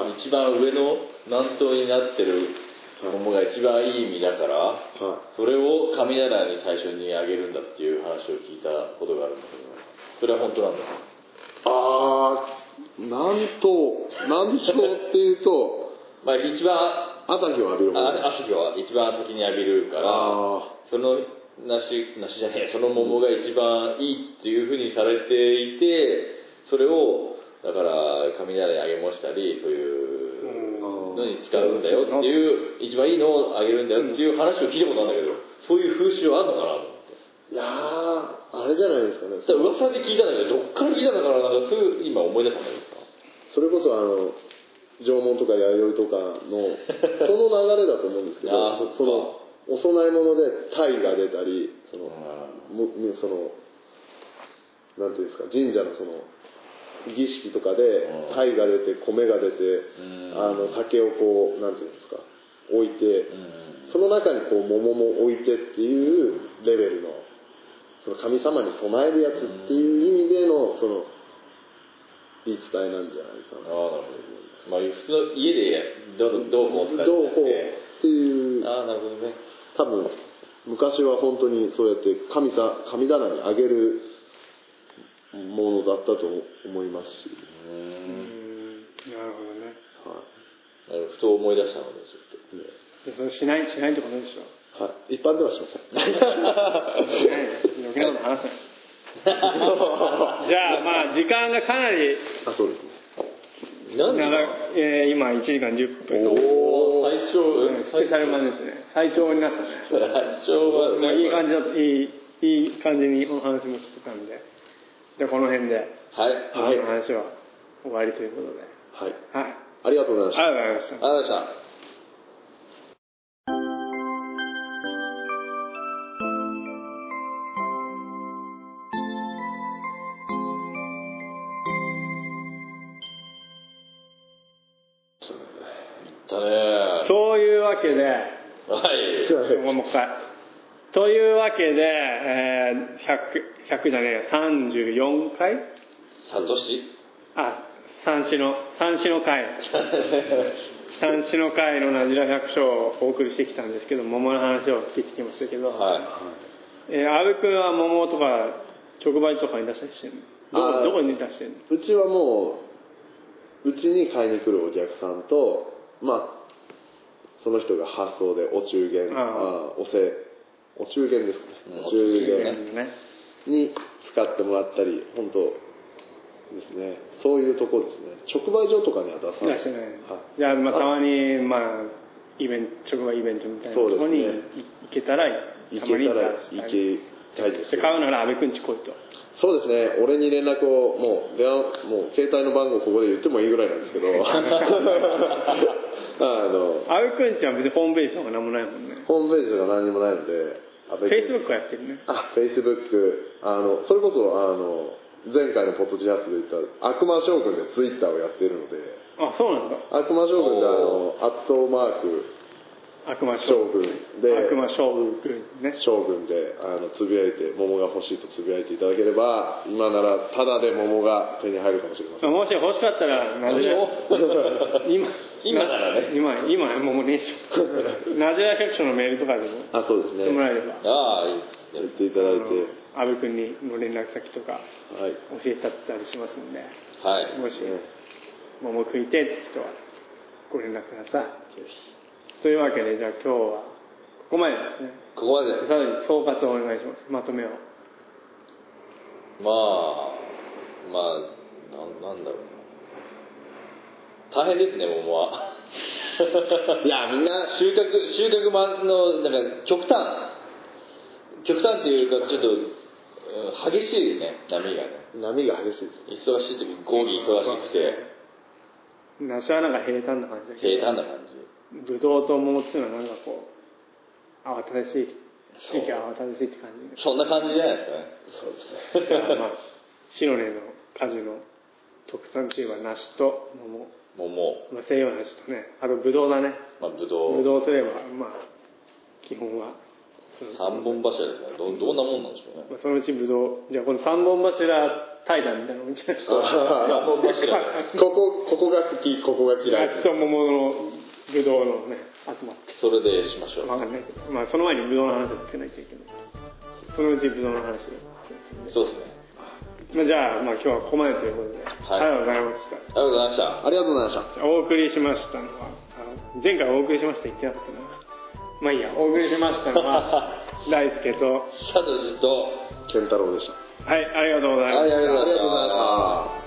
一番上の南東になってる桃が一番いい実だから、はい、それを神棚に最初にあげるんだっていう話を聞いたことがあるんだけど、それは本当なんだ。 あー、南東南東っていうとまあ一番朝日を浴びる方、 朝日は一番先に浴びるから、その梨、梨じゃねえ、その桃が一番いいっていうふうにされていて、それをだから雷にあげもしたり、そういうのに使うんだよっていう、一番いいのをあげるんだよっていう話を聞いたことあるんだけど、そういう風習はあるのかなと思って。 いやー、あれじゃないですかね。 噂で聞いたんだけど、どっから聞いたのかな、なんかすぐ今思い出したんだけどさ。それこそあの縄文とか弥生とかのその流れだと思うんですけど、 あそ, そのお供え物で鯛が出たり、その、うん、そのなんていうんですか、神社のその儀式とかで鯛が出て米が出て、うん、あの酒をこうなんていうんですか置いて、うん、その中にこう桃も置いてっていうレベルのその神様に供えるやつっていう意味でのその言い伝えなんじゃないかな。 ああ、なるほど。まあ普通の家でどうどうこうとかどうこうっていう。 ああ、なるほどね。 多分昔は本当にそうやって神さ神棚にあげるものだったと思いますし。 うーん、なるほどね。 はい。ふと思い出したのでちょっと。 ね、それしないしないってことでしょ。 はい。一般ではしません。 しない。余計なこと話せない。じゃあまあ時間がかなりあそうですね長い、えー、今いちじかんじゅっぷん。 おお最長、 うん、スペシャル版ですね。最長になったね。 最長は、 まあ、いい感じだといいいい感じにお話もしてたんで、じゃあこの辺ではいはいの話は終わりということで、 はいはい、 ありがとうございました。 ありがとうございました。 ありがとうございました。 というわけで、はい、もう一回。というわけで、えー、ひゃく、ひゃくじゃねえ、さんじゅうよんかい？ サトシ？ あ、三種の、三種の会。三種の会のなじら百姓をお送りしてきたんですけど、桃の話を聞いてきましたけど、はい。えー、阿部君は桃とか直売所とかに出したりしてるの？どこに出してるの？ うちはもう、うちに買いに来るお客さんと、まあ、その人が発送でお中元、ああおせ、お中元ですね。お中元に使ってもらったり、本当ですね。そういうとこですね。直売所とかには出さない。 出してない。はい、じゃあ、まあ、たまに、まあ、イベント、直売イベントみたいなところに行けたら、 行けたら行けたいです。 じゃあ買うなら阿部くんち来いと。 そうですね。俺に連絡を、もう、電話、もう携帯の番号ここで言ってもいいぐらいなんですけど。 あの阿部くんちは別にホームページとか何もないもんね。 ホームページとか何にもないので、 フェイスブックはやってるね。 あ、フェイスブック、あのそれこそあの前回のポッドキャストで言った悪魔将軍でツイッターをやっているので。 あ、そうなんだ。 悪魔将軍ってあのアットマーク悪魔将軍で悪魔将軍ね将軍であのつぶやいて桃が欲しいとつぶやいていただければ今ならタダで桃が手に入るかもしれません。 もし欲しかったらなぜ今今ならね今今桃ねえしなぜや百姓のメールとかでもあそうですねしてもらえればああ言っていただいて阿部君にの連絡先とか教えたったりしますんで、 はい、 もし桃食いてって人はご連絡ください。というわけでじゃあ今日はここまでですね。 ここまで。 さらに総括をお願いします。まとめを。 まあまあな、なんだろうな。大変ですね桃は。いやみんな収穫収穫間のなんか極端極端っていうかちょっと、うん、激しいね波がね。 波が激しいです。 忙しい時講義忙しくて。 梨はなんか平坦な感じだけど。 平坦な感じ。 ぶどうと桃っていうのはなんかこう慌ただしい時期は慌ただしいって感じ。 そんな感じじゃないですかね。 そうですね。じゃあまあ白根の果樹の特産といえば梨と桃。 桃。 まあ西洋梨とね、あとぶどうだね。 まあぶどう。 ぶどうすればまあ基本は三本柱ですね。どどんなもんなんでしょうね。 まあ、そのうちぶどうじゃあこの三本柱対談みたいなのもいいんじゃないですか。 三本柱。 ここここが好きここが嫌い。 梨と桃のぶどうのね集まってそれでしましょう。 分かんないけど、まあその前にぶどうの話をつけないといけない。そのうちぶどうの話をそうですね。 まあじゃあまあ今日はここまでということで、はい、ありがとうございました。 ありがとうございました。 ありがとうございました。 お送りしましたのはあの前回お送りしました言ってなかったな。まあいいやお送りしましたのは大輔とサトシと健太郎でした。 はい、ありがとうございました。 はい、ありがとうございました。